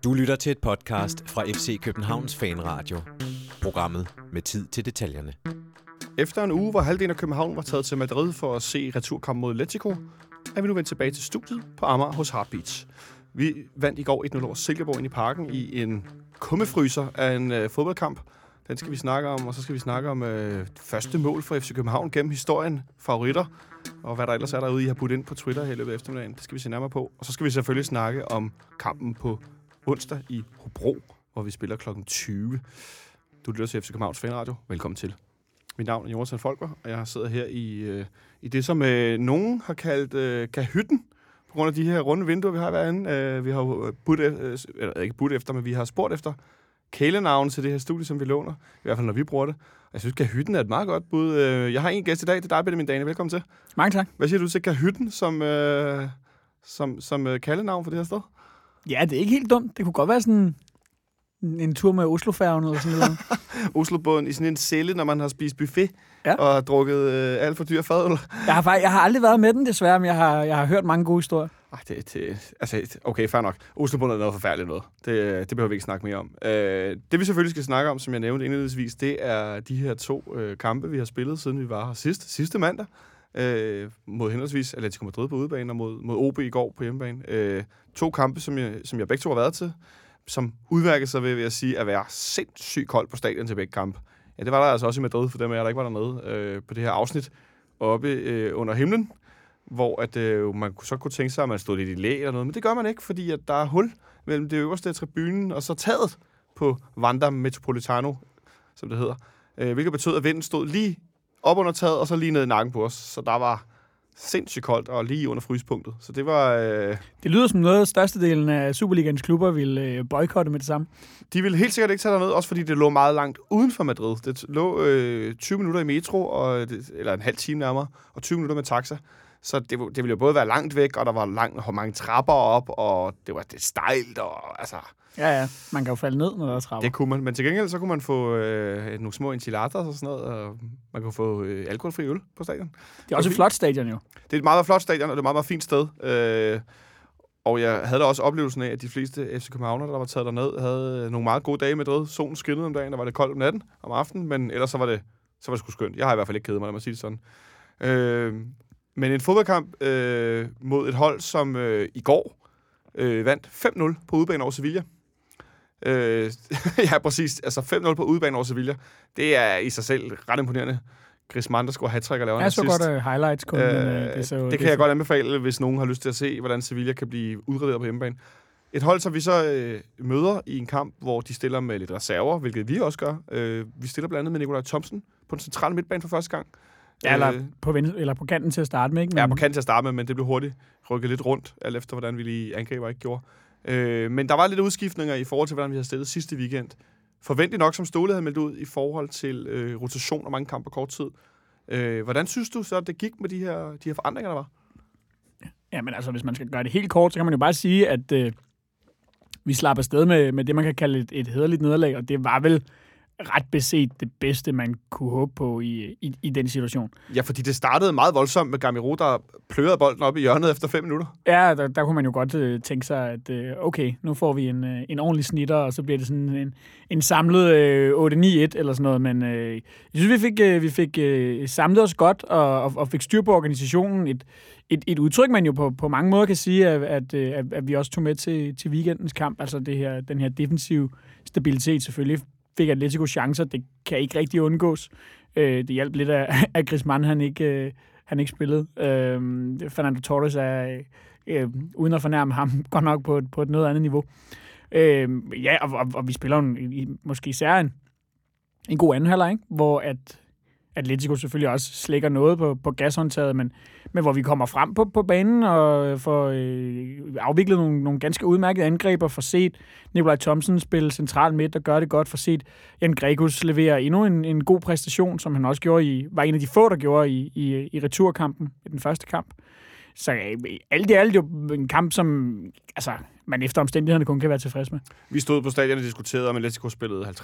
Du lytter til et podcast fra FC Københavns Fanradio. Programmet med tid til detaljerne. Efter en uge, hvor halvdelen af København var taget til Madrid for at se returkamp mod Atletico, er vi nu vendt tilbage til studiet på Amager hos Heartbeats. Vi vandt i går 1-0 over Silkeborg ind i parken i en kummefryser af en fodboldkamp. Den skal vi snakke om, og så skal vi snakke om første mål for FC København gennem historien, favoritter, og hvad der ellers er derude, I har puttet ind på Twitter her i løbet af eftermiddagen. Det skal vi se nærmere på. Og så skal vi selvfølgelig snakke om kampen på onsdag i Hobro, hvor vi spiller kl. 20. Du lytter til FC Københavns Fanradio. Velkommen til. Mit navn er Jonathan Folker, og jeg sidder her i det, som nogen har kaldt Kahytten, på grund af de her runde vinduer, vi har hver anden. Vi har jo ikke budt efter, men vi har spurgt efter kælenavn til det her studie, som vi låner. I hvert fald, når vi bruger det. Jeg synes, Kahytten er et meget godt bud. Jeg har en gæst i dag. Det er dig, Benjamin Dane. Velkommen til. Mange tak. Hvad siger du til Kahytten som kælenavn for det her sted? Ja, det er ikke helt dumt. Det kunne godt være sådan en tur med Oslofærgen eller sådan noget. Oslobåden i sådan en celle, når man har spist buffet og drukket alt for dyr fadøl. Jeg har aldrig været med den, desværre, men jeg har hørt mange gode historier. Okay, fair nok. Oslobåden er noget forfærdeligt noget. Det behøver vi ikke snakke mere om. Det vi selvfølgelig skal snakke om, som jeg nævnte indledningsvis, det er de her to kampe, vi har spillet, siden vi var her sidste mandag. Mod henholdsvis Atletico Madrid på udebane og mod OB i går på hjemmebane. To kampe, som jeg begge to har været til, som udmærker sig ved at sige, at være sindssygt koldt på stadion til begge kampe. Ja, det var der altså også i Madrid, for dem af jer, der ikke var dernede på det her afsnit oppe under himlen, hvor at, man så kunne tænke sig, at man stod lidt i læ eller noget, men det gør man ikke, fordi at der er hul mellem det øverste af tribunen og så taget på Wanda Metropolitano, som det hedder, hvilket betød, at vinden stod lige op under taget og så lige ned i nakken på os, så der var sindssygt koldt og lige under fryspunktet. Så det var... Det lyder som noget, størstedelen af Superligans klubber ville boykotte med det samme. De ville helt sikkert ikke tage derned, også fordi det lå meget langt uden for Madrid. Det lå 20 minutter i metro, eller en halv time nærmere, og 20 minutter med taxa. Så det ville jo både være langt væk, og der var mange trapper op, og det var stejlt, og altså... Ja, man kan jo falde ned, når der er trapper. Det kunne man, men til gengæld så kunne man få nogle små enchiladas og sådan noget, og man kunne få alkoholfri øl på stadion. Det er også et flot stadion jo. Det er et meget flot stadion, og det er et meget, meget fint sted. Og jeg havde da også oplevelsen af, at de fleste FC Københavner, der var taget derned, havde nogle meget gode dage med Madrid. Solen skinnede om dagen, der var det koldt om natten, om aftenen, men ellers så var det sgu skønt. Jeg har i hvert fald ikke kedet mig, lad mig sige det sådan. Men en fodboldkamp mod et hold, som i går vandt 5-0 på udebane over Sevilla. Ja, præcis. Altså 5-0 på udebane over Sevilla. Det er i sig selv ret imponerende. Griezmann, der scorer hat-trick og laver en assist. Jeg så godt highlights kun. Det kan jeg godt anbefale, hvis nogen har lyst til at se, hvordan Sevilla kan blive udraderet på hjemmebane. Et hold, som vi så møder i en kamp, hvor de stiller med lidt reserver, hvilket vi også gør. Vi stiller blandt andet med Nikolaj Thomsen på den centrale midtbane for første gang. Ja, eller på kanten til at starte med, ikke? Ja, på kanten til at starte med, men det blev hurtigt rykket lidt rundt, alt efter hvordan vi lige angriber ikke gjorde. Men der var lidt udskiftninger i forhold til, hvordan vi havde stillet sidste weekend. Forventeligt nok, som Ståle havde meldt ud, i forhold til rotation og mange kampe på kort tid. Hvordan synes du så, at det gik med de her forandringer, der var? Ja, men altså, hvis man skal gøre det helt kort, så kan man jo bare sige, at vi slap afsted med det, man kan kalde et hæderligt nederlag, og det var vel ret beset det bedste, man kunne håbe på i den situation. Ja, fordi det startede meget voldsomt med Gamero, der plørede bolden op i hjørnet efter 5 minutter. Ja, der kunne man jo godt tænke sig, at okay, nu får vi en ordentlig snitter, og så bliver det sådan en samlet 8-9-1 eller sådan noget, men jeg synes, vi fik samlet os godt og fik styr på organisationen. Et udtryk, man jo på mange måder kan sige, at vi også tog med til weekendens kamp, altså den her defensive stabilitet selvfølgelig. Fik Atletico chancer, det kan ikke rigtig undgås. Det hjalp lidt af Griezmann, han ikke spillede. Fernando Torres er, uden at fornærme ham, godt nok på et noget andet niveau. Ja, og vi spiller måske især en god anden halvleg, hvor at Atletico selvfølgelig også slækker noget på gashåndtaget, men hvor vi kommer frem på banen og får afviklet nogle ganske udmærkede angreb og får set Nikolaj Thomsen spille central midt og gøre det godt, får set Jan Gregus levere endnu en god præstation, som han også var en af de få, der gjorde i returkampen, i den første kamp. Så alt i alt jo en kamp, som altså, man efter omstændighederne kun kan være tilfreds med. Vi stod på stadion og diskuterede, om Atletico spillede 50%, 55%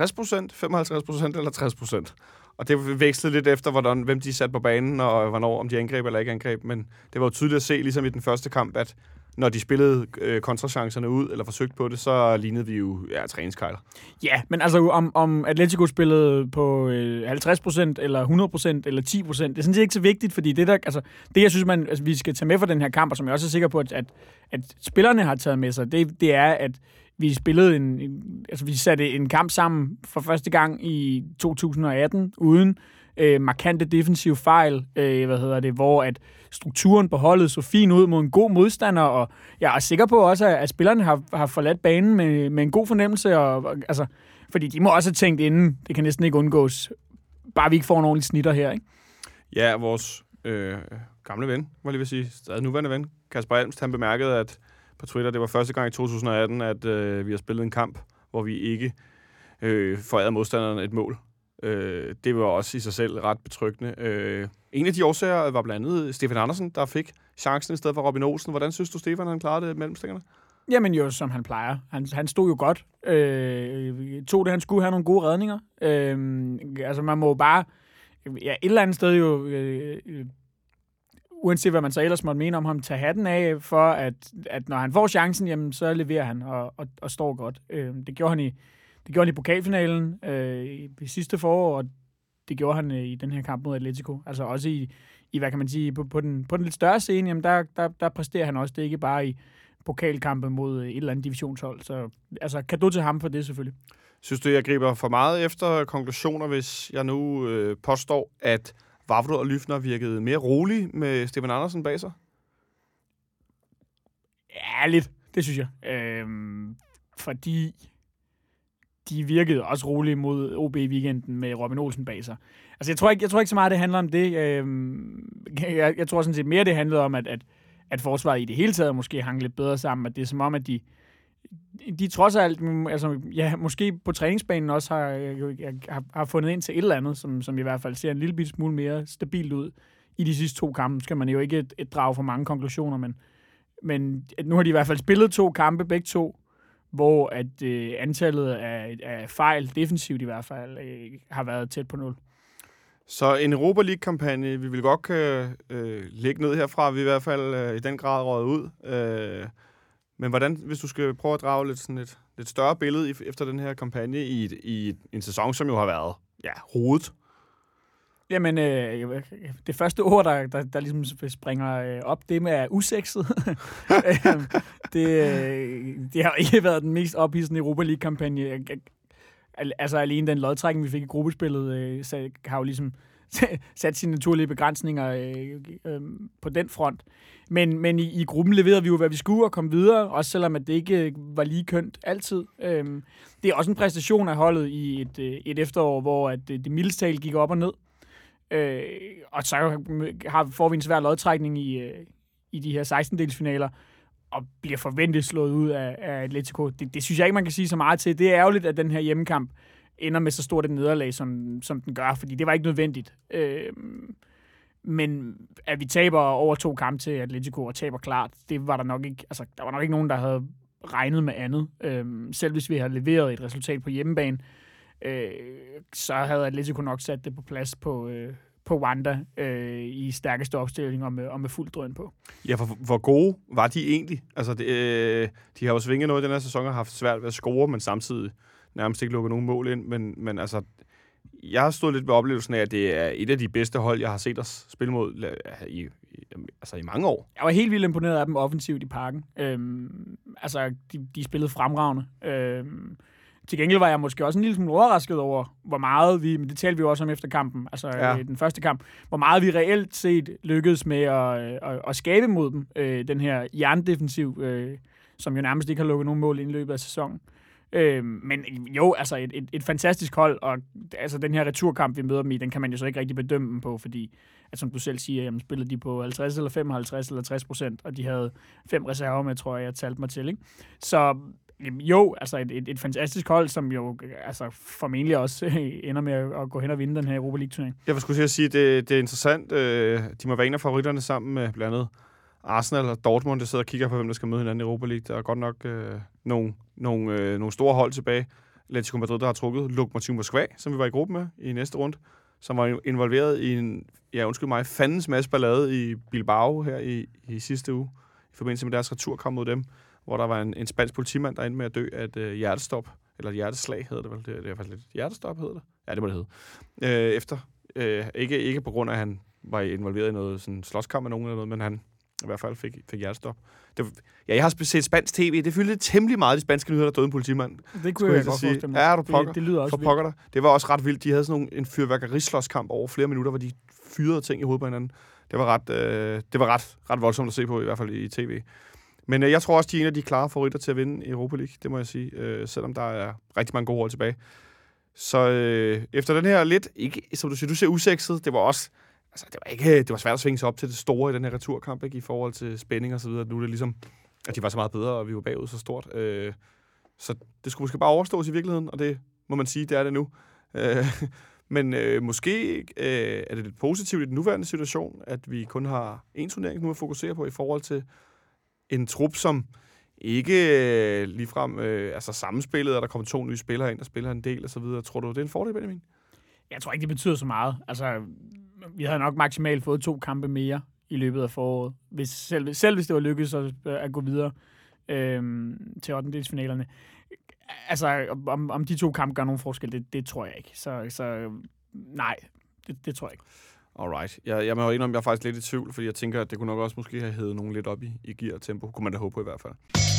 eller 60%. Og det vekslede lidt efter, hvem de satte på banen, og hvornår, om de angreb eller ikke angreb. Men det var jo tydeligt at se, ligesom i den første kamp, at når de spillede kontrachancerne ud, eller forsøgte på det, så lignede vi jo træningskejler. Ja, men altså om Atletico spillede på 50% eller 100% eller 10%, det er sådan set ikke så vigtigt, fordi det jeg synes, vi skal tage med for den her kamp, og som jeg også er sikker på, at spillerne har taget med sig, det er, at vi spillede vi satte en kamp sammen for første gang i 2018, uden markante defensive fejl, hvor at strukturen på holdet så fint ud mod en god modstander, og jeg er sikker på også, at spillerne har forladt banen med en god fornemmelse, fordi de må også have tænkt inden, det kan næsten ikke undgås, bare vi ikke får en ordentlig snitter her, ikke? Ja, vores gamle ven, må jeg lige vil sige, stadig nuværende ven, Kasper Almst, han bemærkede, at på Twitter, det var første gang i 2018, at vi har spillet en kamp, hvor vi ikke forærede modstanderne et mål. Det var også i sig selv ret betryggende. En af de årsager var blandt andet Stefan Andersen, der fik chancen i stedet for Robin Olsen. Hvordan synes du, Stefan, han klarede det mellem stængerne? Jamen jo, som han plejer. Han stod jo godt. Tog det, han skulle have nogle gode redninger. Man må bare et eller andet sted jo... uanset hvad man så ellers måtte mene om ham, tage hatten af for, at når han får chancen, jamen, så leverer han og står godt. Det gjorde han i pokalfinalen i sidste forår, og det gjorde han i den her kamp mod Atletico. Altså også i hvad kan man sige, på den lidt større scene, jamen der præsterer han også. Det er ikke bare i pokalkampe mod et eller andet divisionshold. Så altså, cadeau til ham for det selvfølgelig. Synes du, jeg griber for meget efter konklusioner, hvis jeg nu påstår, at Vavro og Lyfner virkede mere rolig med Stefan Andersen bag sig? Ja, lidt. Det synes jeg. Fordi de virkede også rolige mod OB i weekenden med Robin Olsen bag sig. Altså, jeg tror ikke så meget, det handler om det. Jeg tror sådan set mere, det handlede om, at forsvaret i det hele taget måske hang lidt bedre sammen. At det er som om, at de trods alt, altså, ja, måske på træningsbanen også har fundet ind til et eller andet, som i hvert fald ser en lille bitte smule mere stabilt ud i de sidste 2 kampe. Skal man jo ikke drage for mange konklusioner, men nu har de i hvert fald spillet 2 kampe, begge 2, hvor at antallet af fejl, defensivt i hvert fald, har været tæt på 0. Så en Europa League-kampagne, vi vil godt lægge ned herfra, vi i hvert fald i den grad røget ud. Men hvordan, hvis du skal prøve at drage lidt større billede efter den her kampagne i en sæson, som jo har været rodet? Jamen, det første ord, der ligesom springer op, det med usekset. Det har ikke været den mest ophidsende Europa League-kampagne. Altså alene den lodtrækning, vi fik i gruppespillet, har jo ligesom sat sine naturlige begrænsninger på den front. Men i gruppen leverede vi jo, hvad vi skulle, og kom videre, også selvom at det ikke var lige kønt altid. Det er også en præstation af holdet i et efterår, hvor at det mildest talt gik op og ned. Og så får vi en svær lodtrækning i de her 16-delsfinaler, og bliver forventet slået ud af Atletico. Det synes jeg ikke, man kan sige så meget til. Det er ærgerligt, at den her hjemmekamp ender med så stort et nederlag, som den gør, fordi det var ikke nødvendigt. Men at vi taber over 2 kampe til Atletico, og taber klart, det var der nok ikke. Altså, der var nok ikke nogen, der havde regnet med andet. Selv hvis vi havde leveret et resultat på hjemmebane, så havde Atletico nok sat det på plads på Wanda i stærkeste opstilling og med fuld drøn på. Ja, for hvor gode var de egentlig? Altså, de har jo svinget noget i den her sæson og haft svært ved at score, men samtidig nærmest ikke lukket nogen mål ind. Men altså, jeg har stået lidt ved oplevelsen af, at det er et af de bedste hold, jeg har set os spille mod i mange år. Jeg var helt vildt imponeret af dem offensivt i Parken. De spillede fremragende. Til gengæld var jeg måske også en lille smule overrasket over, hvor meget men det talte vi jo også om efter kampen, den første kamp, hvor meget vi reelt set lykkedes med at skabe mod dem, den her jerndefensiv, som jo nærmest ikke har lukket nogen mål i løbet af sæsonen. Men jo, altså et fantastisk hold, og altså den her returkamp, vi møder dem i, den kan man jo så ikke rigtig bedømme dem på, fordi, at, som du selv siger, jamen, spillede de på 50 eller 55 eller 60%, og de havde 5 reserver med, tror jeg talte mig til, ikke? Så jo, altså et fantastisk hold, som jo altså formentlig også ender med at gå hen og vinde den her Europa League-turnering. Jeg skulle sige, det er interessant. De må være en af favoritterne sammen med blandt andet Arsenal og Dortmund, der sidder og kigger på, hvem der skal møde hinanden i Europa League. Der er godt nok nogle store hold tilbage. Atletico Madrid, der har trukket Lokomotiv Moskva, som vi var i gruppe med i næste runde, som var involveret i en, fandens masse ballade i Bilbao her i sidste uge, i forbindelse med deres returkamp mod dem, hvor der var en spansk politimand, der endte med at dø af et hjertestop, eller et hjerteslag hedder det vel. Det er faktisk lidt hjertestop, hedder det? Ja, det må det hedde. Ikke på grund af, at han var involveret i noget sådan slåskamp med nogen eller noget, men han i hvert fald fik hjertestop. Jeg har set spansk tv. Det fyldte temmelig meget de spanske nyheder, der døde en politimand. Det kunne jeg godt forestille mig. Ja, du pokker. Det lyder også vildt. Det var også ret vildt. De havde sådan en fyrværkerislåskamp over flere minutter, hvor de fyrede ting i hovedet på hinanden. Det var ret voldsomt at se på, i hvert fald i tv. Men jeg tror også, de er en af de klare favoritter til at vinde Europa League, det må jeg sige, selvom der er rigtig mange gode hold tilbage. Så efter den her lidt, ikke, som du siger, du ser usekset, det var også, altså det var svært at svinge sig op til det store i den her returkamp, ikke, i forhold til spænding og så videre. Nu er det ligesom, at de var så meget bedre, og vi var bagud så stort. Så det skulle måske bare overstås i virkeligheden, og det må man sige, det er det nu. Men måske er det lidt positivt i den nuværende situation, at vi kun har én turnering nu at fokusere på i forhold til en trup, som ikke ligefrem sammenspillet, og der kommer 2 nye spillere ind, der spiller en del og så videre. Tror du, det er en fordel, Benjamin? Jeg tror ikke, det betyder så meget. Altså, vi havde nok maksimalt fået 2 kampe mere i løbet af foråret. Selv hvis det var lykkedes at gå videre til 8-delsfinalerne. Altså, om de 2 kampe gør nogen forskel, det tror jeg ikke. Så nej, det tror jeg ikke. Alright. Jeg må jo indrømme, jeg er faktisk lidt i tvivl, fordi jeg tænker, at det kunne nok også måske have hævet nogen lidt op i gear og tempo. Kunne man da håbe på i hvert fald.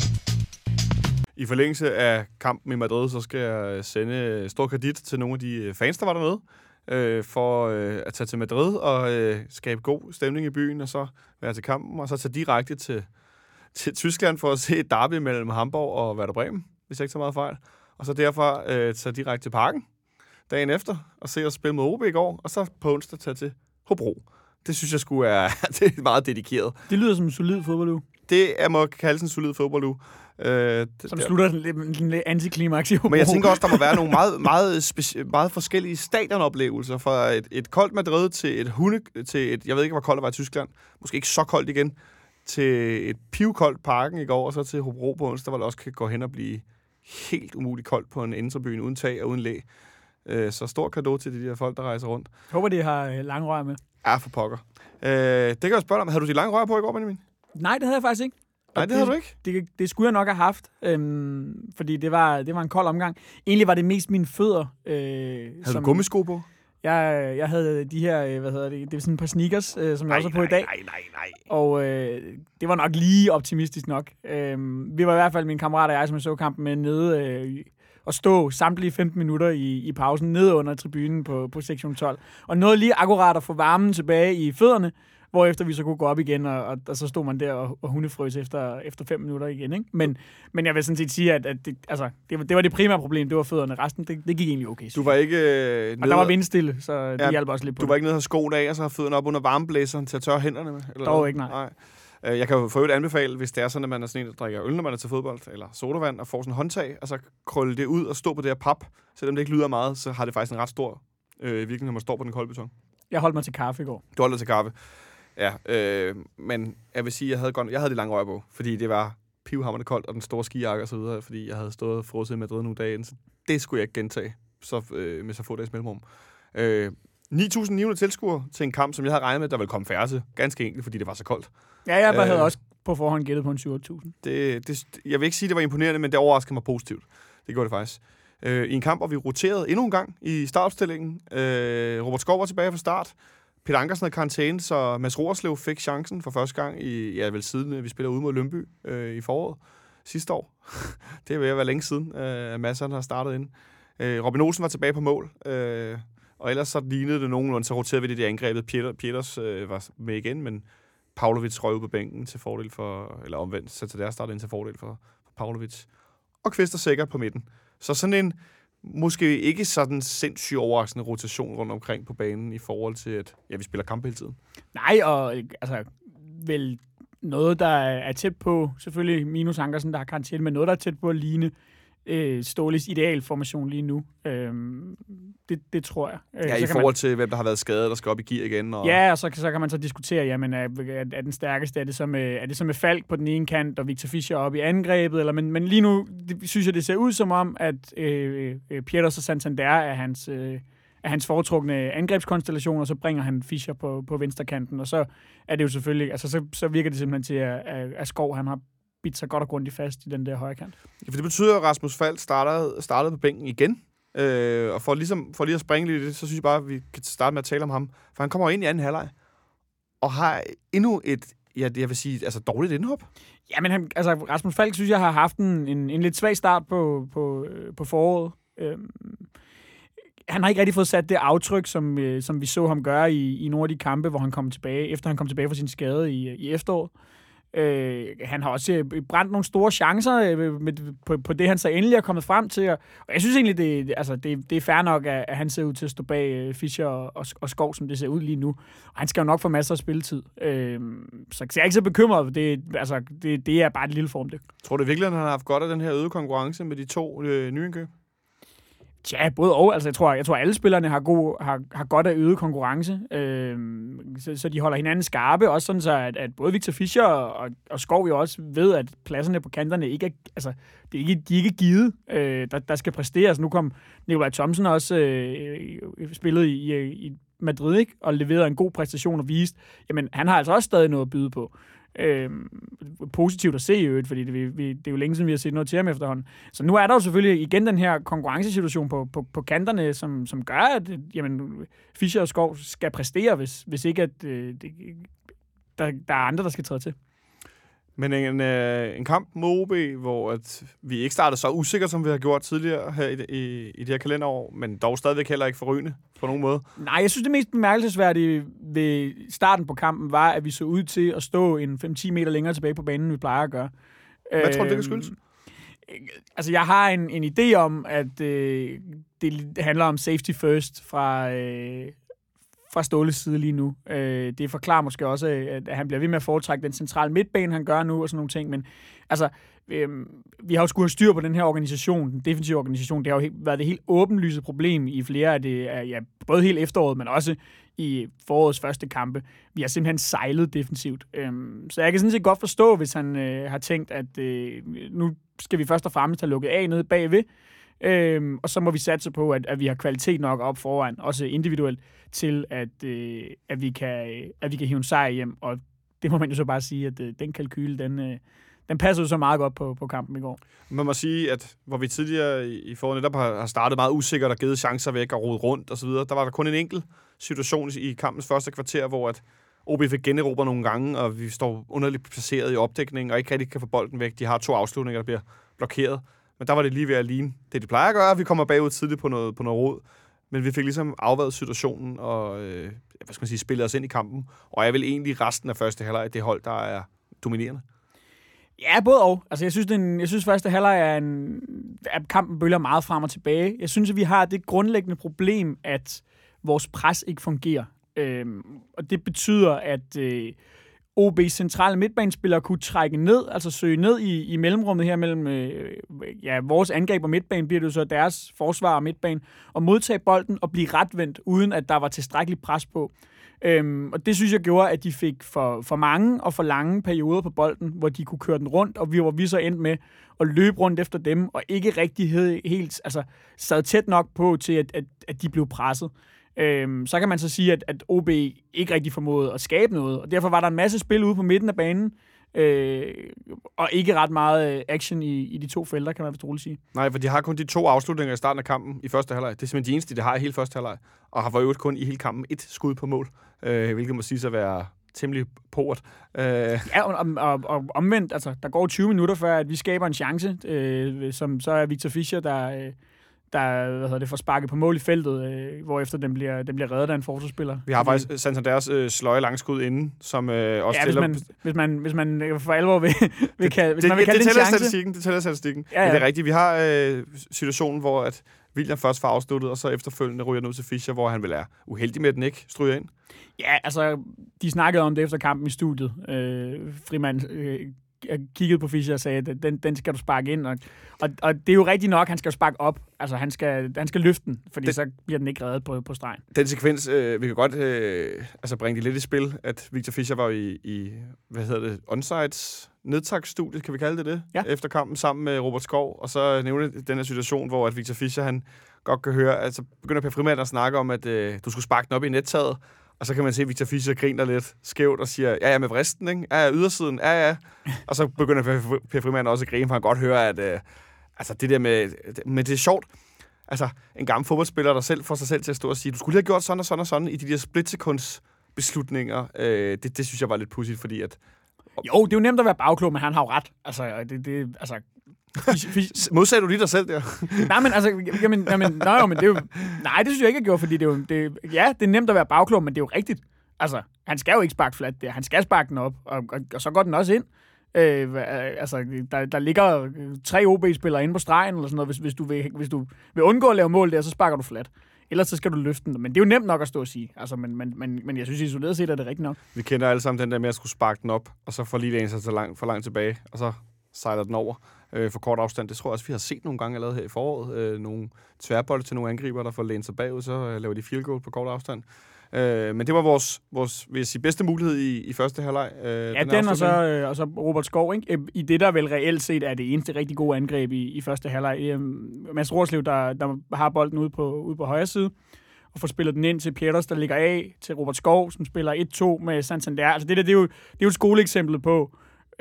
I forlængelse af kampen i Madrid, så skal jeg sende stor kredit til nogle af de fans, der var dernede, for at tage til Madrid og skabe god stemning i byen, og så være til kampen, og så tage direkte til Tyskland for at se et derby mellem Hamburg og Werder Bremen, hvis jeg ikke så meget fejl. Og så derfor tage direkte til Parken dagen efter, og se os spille med OB i går, og så på onsdag tage til Hobro. Det synes jeg skulle er det er meget dedikeret. Det lyder som en solid fodbolduge. Det er må kaldes en solid fodbolduge. Som slutter lidt antiklimaks i Hobro. Men jeg tænker også, der må være nogle meget forskellige stadionoplevelser fra et koldt Madrid til et jeg ved ikke, hvor koldt det var i Tyskland. Måske ikke så koldt igen. Til et pivkoldt Parken i går, og så til Hobro på onsdag, hvor det også kan gå hen og blive helt umuligt koldt på en indrebyen uden tag og uden læ. Så stor cadeau til de der folk, der rejser rundt. Jeg håber, de har lange rør med. Ja, for pokker. Det kan jeg spørge dig om. Havde du de lange rør på i går, Benjamin? Nej, det havde jeg faktisk ikke. Nej, det havde du ikke? Det skulle jeg nok have haft, fordi det var en kold omgang. Egentlig var det mest mine fødder. Havde du gummisko på? Jeg havde de her, det er sådan et par sneakers, som jeg også har på i dag. Nej. Og det var nok lige optimistisk nok. Vi var i hvert fald, mine kammerater og jeg, som jeg så kampen med nede og stå samtlige 15 minutter i pausen nede under tribunen på sektion 12. Og nåede lige akkurat at få varmen tilbage i fødderne, hvorefter vi så kunne gå op igen, og så stod man der og hundefrøs efter 5 minutter igen. Ikke? Men jeg vil sådan set sige, at det var det primære problem, det var fødderne. Resten, det gik egentlig okay. Du var ikke nede... Og der var vindstille, så det hjalp også lidt på. Du var ikke nede og have skoene af, og så have fødderne op under varmeblæseren til at tørre hænderne med? Eller dog ikke, nej. Jeg kan jo for øvrigt anbefale, hvis det er sådan, at man er sådan en, der drikker øl, når man er til fodbold, eller sodavand, og får sådan en håndtag, og så krølle det ud og stå på det her pap. Selvom det ikke lyder meget, så har det faktisk en ret stor virkning, når man står på den kolde beton. Jeg holdt mig til kaffe i går. Du holdt dig til kaffe. Ja, men jeg vil sige, jeg havde de lange røg på, fordi det var pivhamrende koldt, og den store skijakke og så videre, fordi jeg havde stået og frosset i Madrid nogle dage inden, så det skulle jeg ikke gentage med så få dages mellemrum. 9.900 tilskuere til en kamp, som jeg havde regnet med, der ville komme færre til. Ganske enkelt, fordi det var så koldt. Ja, jeg havde også på forhånd gættet på en 7.000. Jeg vil ikke sige, det var imponerende, men det overraskede mig positivt. Det gjorde det faktisk. I en kamp, hvor vi roterede endnu en gang i startopstillingen. Robert Skov var tilbage fra start. Peter Ankersen havde karantæne, så Mads Roerslev fik chancen for første gang siden vi spiller ude mod Lyngby i foråret sidste år. Det er ved at være længe siden, at Mads har startet ind. Robin Olsen var tilbage på mål, og ellers så lignede det nogenlunde, så roterede vi det der angrebet. Pieters var med igen, men Pavlovic røg på bænken til fordel for, eller omvendt, så til der startede ind til fordel for Pavlovic. Og Kvist sikker på midten. Så sådan en måske ikke sådan sindssygt overraskende rotation rundt omkring på banen i forhold til, at vi spiller kamp hele tiden. Nej, og vel noget, der er tæt på, selvfølgelig minus Ankersen, der har karantæne, men noget, der er tæt på at ligne Ståles idealformation lige nu. Det tror jeg. Ja, i forhold til, hvem der har været skadet, der skal op i gear igen. Og... Ja, og så kan man så diskutere, jamen, er den stærkeste, er det så med Falk på den ene kant, og Victor Fischer op i angrebet, eller, men lige nu synes jeg, det ser ud som om, at Pieters og Santander er hans foretrukne angrebskonstellation, og så bringer han Fischer på venstrekanten, og så er det jo selvfølgelig, altså så virker det simpelthen til, at Skov, han har bidt sig godt og grundigt fast i den der højre kant. Ja, for det betyder, at Rasmus Falk startede på bænken igen, og for lige at springe lidt i det, så synes jeg bare, at vi kan starte med at tale om ham, for han kommer ind i anden halvleg, og har endnu et, jeg vil sige, altså dårligt indhop. Ja, men Rasmus Falk, synes jeg, har haft en lidt svag start på foråret. Han har ikke rigtig fået sat det aftryk, som vi så ham gøre i nogle af de kampe, hvor han kom tilbage, efter han kom tilbage fra sin skade i efteråret. Han har også brændt nogle store chancer på det, han så endelig er kommet frem til. Og jeg synes egentlig, det er fair nok, at han ser ud til at stå bag Fischer og Skov, som det ser ud lige nu. Og han skal jo nok få masser af spilletid. Så jeg er ikke så bekymret. Det er bare et lille form, det. Tror du virkelig, at han har haft godt af den her øgede konkurrence med de 2 nyindkøb? Ja, både og. Altså, jeg tror alle spillerne har godt af øget konkurrence, så de holder hinanden skarpe, også sådan så, at både Victor Fischer og Skov jo også ved, at pladserne på kanterne ikke er, altså, de er ikke givet, der skal præsteres. Nu kom Nikolaj Thomsen også spillet i Madrid, ikke? Og leverede en god præstation og viste, jamen han har altså også stadig noget at byde på. Positivt at se i øvrigt, fordi det er jo længe siden, vi har set noget til ham efterhånden. Så nu er der jo selvfølgelig igen den her konkurrencesituation på kanterne, som gør, at Fischer og Skov skal præstere, hvis ikke at der er andre, der skal træde til. Men en kamp mod OB, hvor at vi ikke startede så usikkert, som vi har gjort tidligere her i det her kalenderår, men dog stadigvæk heller ikke forrygende på nogen måde. Nej, jeg synes, det mest bemærkelsesværdige ved starten på kampen var, at vi så ud til at stå en 5-10 meter længere tilbage på banen, end vi plejer at gøre. Hvad tror du, det kan skyldes? Altså, jeg har en idé om, at det handler om safety first fra Ståles side lige nu. Det forklarer måske også, at han bliver ved med at foretrække den centrale midtbane, han gør nu, og sådan nogle ting, men altså, vi har jo skulle have styr på den her organisation, den defensive organisation. Det har jo været det helt åbenlyse problem i flere af det, både hele efteråret, men også i forårets første kampe. Vi har simpelthen sejlet defensivt. Så jeg kan sådan set godt forstå, hvis han har tænkt, at nu skal vi først og fremmest have lukket af nede bagved, og så må vi satse på, at vi har kvalitet nok op foran, også individuelt, til at vi kan hive en sejr hjem. Og det må man jo så bare sige, at den kalkyle, den passer jo så meget godt på kampen i går. Man må sige, at hvor vi tidligere i foråret netop har startet meget usikkert og givet chancer væk og rodet rundt osv., der var der kun en enkelt situation i kampens første kvarter, hvor at OB fik generobret nogle gange, og vi står underligt placeret i opdækningen og ikke rigtig kan få bolden væk. De har 2 afslutninger, der bliver blokeret. Men der var det lige ved at ligne det, de plejer at gøre. Vi kommer bagud tidligt på noget rod. Men vi fik ligesom afværet situationen og spillet os ind i kampen. Og jeg vil egentlig resten af første halvleg det hold, der er dominerende. Ja, både og. Altså, jeg synes første halvleg at kampen bølger meget frem og tilbage. Jeg synes, at vi har det grundlæggende problem, at vores pres ikke fungerer. Og det betyder, at OB's centrale midtbanespillere kunne trække ned, altså søge ned i mellemrummet her mellem vores angreb og midtbane, bliver det jo så deres forsvar og midtbane, og modtage bolden og blive retvendt, uden at der var tilstrækkeligt pres på. Og det synes jeg gjorde, at de fik for mange og for lange perioder på bolden, hvor de kunne køre den rundt, og hvor vi så endte med at løbe rundt efter dem, og ikke rigtig helt sad tæt nok på til, at de blev presset. Så kan man så sige, at OB ikke rigtig formåede at skabe noget, og derfor var der en masse spil ude på midten af banen, og ikke ret meget action i de 2 felter, kan man vist roligt sige. Nej, for de har kun de 2 afslutninger i starten af kampen i første halvleg. Det er simpelthen de eneste, de har i hele første halvleg, og har for øvrigt kun i hele kampen 1 skud på mål, hvilket må sige at være temmelig port. Ja, og omvendt, altså, der går 20 minutter før, at vi skaber en chance, som så er Victor Fischer, der får sparket på mål i feltet, hvorefter den bliver reddet af en forsvarsspiller. Vi har faktisk Santanders sløje langskud inden, som også tæller. Hvis man for alvor vil kalde det en chance. Det tæller statistikken. Ja. Men det er rigtigt. Vi har situationen, hvor at William først får afsluttet, og så efterfølgende ryger den ud til Fischer, hvor han vil er uheldig med, at den ikke stryger ind. Ja, altså, de snakkede om det efter kampen i studiet. Frimand kiggede på Fischer og sagde, at den skal du sparke ind. Og det er jo rigtigt nok, han skal jo sparke op. Altså, han skal løfte den, fordi så bliver den ikke reddet på stregen. Den sekvens, vi kan godt bringe det lidt i spil, at Victor Fischer var i onsite nedtagsstudiet, kan vi kalde det, efter kampen sammen med Robert Skov, og så nævne den her situation, hvor at Victor Fischer, han godt kan høre, altså begynder Per Frimann at snakke om, at du skulle sparke den op i nettaget, og så kan man se, at Victor Fischer griner lidt skævt og siger, ja, med vristen, ikke? Ja, ydersiden, ja. Og så begynder Per Frimann også at grine, for han godt høre, at det der med det er sjovt. Altså, en gammel fodboldspiller, der selv får sig selv til at stå og sige, du skulle lige have gjort sådan og sådan og sådan i de der splitsekunds beslutninger. Det synes jeg var lidt pudsigt, fordi at... Jo, det er jo nemt at være bagklog, men han har jo ret. Modsagde du lige dig selv der? Nej, men altså, men det er jo... Nej, det synes jeg ikke, jeg gjorde, fordi det er nemt at være bagklog, men det er jo rigtigt. Altså, han skal jo ikke sparke flat der. Han skal sparke den op, og så går den også ind. Der ligger 3 OB-spillere inde på stregen, eller sådan noget. Hvis du vil undgå at lave mål der, så sparker du flat. Ellers så skal du løfte den. Men det er jo nemt nok at stå og sige. Altså, men jeg synes isoleret set, er det rigtigt nok. Vi kender alle sammen den der med at skulle sparke den op, og så får lige en sig for langt tilbage, og så sejler den over for kort afstand. Det tror jeg også, vi har set nogle gange allerede her i foråret. Nogle tværbolde til nogle angriber, der får lænet sig bagud, så laver de field goal på kort afstand. Men det var vores vil jeg sige, bedste mulighed i første halvleg. Den og så Robert Skov, ikke? I det, der vel reelt set er det eneste rigtig gode angreb i første halvleg. Mads Roerslev, der har bolden ude på højre side, og får spillet den ind til Pieters, der ligger af, til Robert Skov, som spiller 1-2 med Santander. Altså det er jo et skoleeksempel på,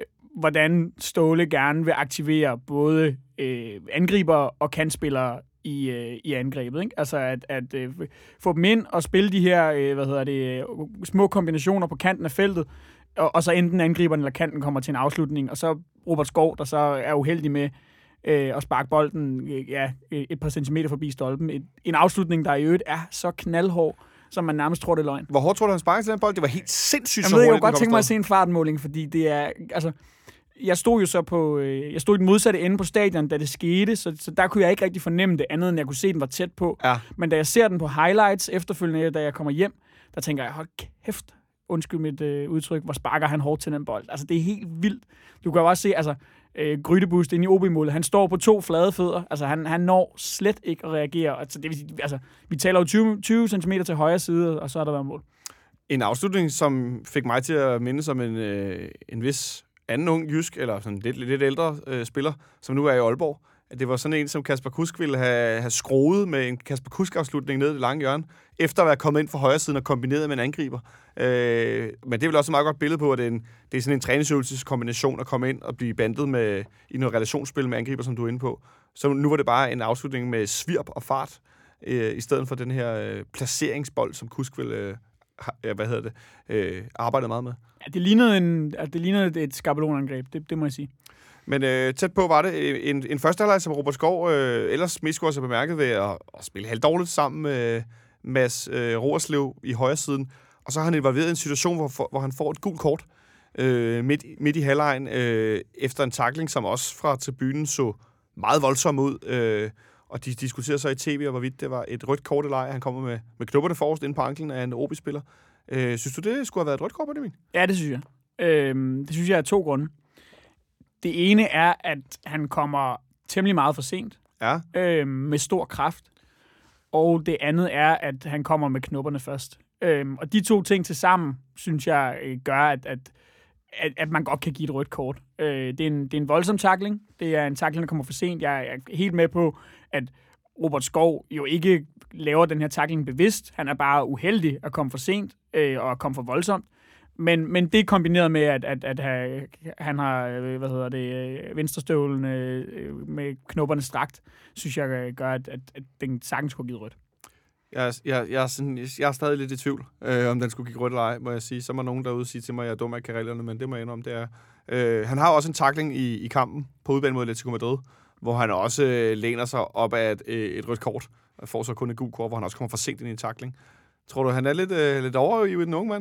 hvordan Ståle gerne vil aktivere både angriber og kantspillere i angrebet, ikke? Altså at få dem ind og spille de her små kombinationer på kanten af feltet, og så enten angriberen eller kanten kommer til en afslutning, og så Robert Skov, der så er uheldig med at sparke bolden et par centimeter forbi stolpen. En afslutning, der i øvrigt er så knaldhård, som man nærmest tror, det er løgn. Hvor hårdt tror du, han sparkede til den bold? Det var helt sindssygt så hurtigt. Jeg kunne godt tænke mig at se en fartmåling, fordi det er... Altså, jeg stod i den modsatte ende på stadion, da det skete, så der kunne jeg ikke rigtig fornemme det andet, end jeg kunne se, den var tæt på. Ja. Men da jeg ser den på highlights efterfølgende, da jeg kommer hjem, der tænker jeg, hold kæft, undskyld mit udtryk, hvor sparker han hårdt til den bold. Altså, det er helt vildt. Du kan jo også se, Grydebust inde i OB-målet, han står på 2 flade fødder. Altså, han når slet ikke at reagere. Altså, det vil sige, vi taler jo 20 cm til højre side, og så er der været mål. En afslutning, som fik mig til at minde som en vis anden ung jysk, eller sådan lidt ældre spiller, som nu er i Aalborg. At det var sådan en, som Kasper Kusk ville have skruet med en Kasper Kusk-afslutning ned i det lange hjørne, efter at være kommet ind fra højre siden og kombineret med en angriber. Men det er vel også et meget godt billede på, at det er sådan en træningsøvelseskombination at komme ind og blive bandet med i noget relationsspil med angriber, som du er inde på. Så nu var det bare en afslutning med svirp og fart, i stedet for den her placeringsbold, som Kusk ville arbejdede meget med. Ja, det lignede et skabelonangreb, det må jeg sige. Men tæt på var det en første halvleg, som Robert Skov ellers mest skulle have bemærket ved at spille helt dårligt sammen med Mads Roerslev i højre siden. Og så har han involveret i en situation, hvor han får et gult kort midt i halvlegen efter en tackling, som også fra tribunen så meget voldsom ud. Og de diskuterer så i tv, hvorvidt det var et rødt kort eller ej. Han kommer med knopperne forrest ind på anklen af en OB-spiller. Synes du, det skulle have været et rødt kort, Benjamin? Ja, det synes jeg. Det synes jeg af 2 grunde. Det ene er, at han kommer temmelig meget for sent. Ja. Med stor kraft. Og det andet er, at han kommer med knopperne først. Og de 2 ting til sammen, synes jeg, gør, at man godt kan give et rødt kort. Det er en voldsom tackling. Det er en tackling, der kommer for sent. Jeg er helt med på, at Robert Skov jo ikke laver den her tackling bevidst. Han er bare uheldig at komme for sent og at komme for voldsomt. Men det kombineret med, at han har venstrestøvlen med knopperne strakt, synes jeg gør, at den sagtens skulle give rødt. Jeg er stadig lidt i tvivl, om den skulle give rødt eller ej, må jeg sige. Så må nogen derude sige til mig, at jeg er dum af karellerne, men det må jeg indrømme, det er. Han har også en tackling i kampen på udebane mod Atletico Madrid, hvor han også læner sig op af et rødt kort, og får så kun et gult kort, hvor han også kommer for sent ind i en tackling. Tror du, han er lidt overivet, den unge mand?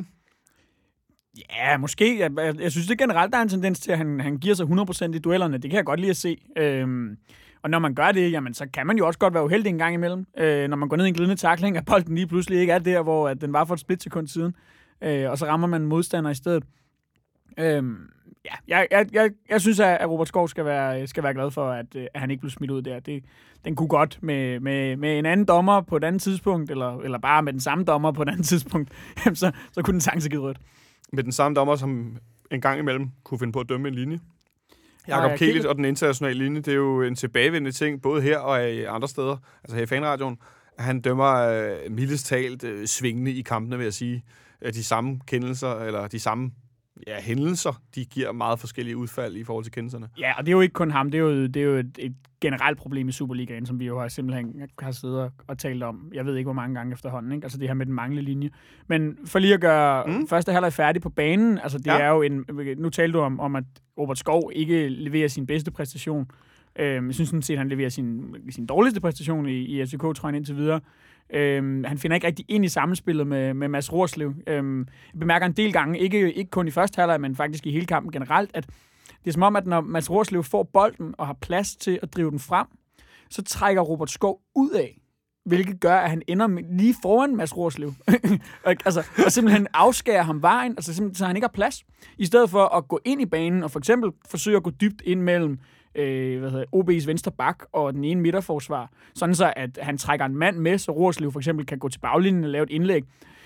Ja, måske. Jeg synes det generelt, der er en tendens til, at han giver sig 100% i duellerne. Det kan jeg godt lide at se. Og når man gør det, jamen, så kan man jo også godt være uheldig en gang imellem. Når man går ned i en glidende tackling, at bolden lige pludselig ikke er der, hvor den var for et splitsekund siden. Og så rammer man en modstander i stedet. Jeg synes, at Robert Skov skal være glad for, at han ikke blev smidt ud der. Den kunne godt med en anden dommer på et andet tidspunkt, eller bare med den samme dommer på et andet tidspunkt, så kunne den sagtens have givet rødt. Med den samme dommer, som en gang imellem kunne finde på at dømme en linje. Jakob Kielit og den internationale linje, det er jo en tilbagevendende ting, både her og i andre steder, altså her i fanradioen. Han dømmer mildest talt svingende i kampene, vil jeg sige. De samme kendelser, eller de samme hændelser, de giver meget forskellige udfald i forhold til kendelserne. Ja, og det er jo ikke kun ham, det er jo et generelt problem i Superligaen, som vi jo simpelthen har siddet og talt om, jeg ved ikke hvor mange gange efterhånden, ikke? Altså det her med den manglende linje. Men for lige at gøre første halvleg færdig på banen, altså det er jo nu talte du om, at Robert Skov ikke leverer sin bedste præstation. Jeg synes sådan set, at han leverer sin dårligste præstation i FCK-trøjen indtil videre. Han finder ikke rigtig ind i sammenspillet med Mads Roerslev. Jeg bemærker en del gange, ikke kun i første halvleg, men faktisk i hele kampen generelt, at det er som om, at når Mads Roerslev får bolden og har plads til at drive den frem, så trækker Robert Skov ud af, hvilket gør, at han ender lige foran Mads Roerslev. og simpelthen afskærer ham vejen, altså så han ikke har plads. I stedet for at gå ind i banen og for eksempel forsøge at gå dybt ind mellem OB's venstre bak og den ene midterforsvar, sådan så at han trækker en mand med, så Roerslev for eksempel kan gå til baglinjen og lave et indlæg.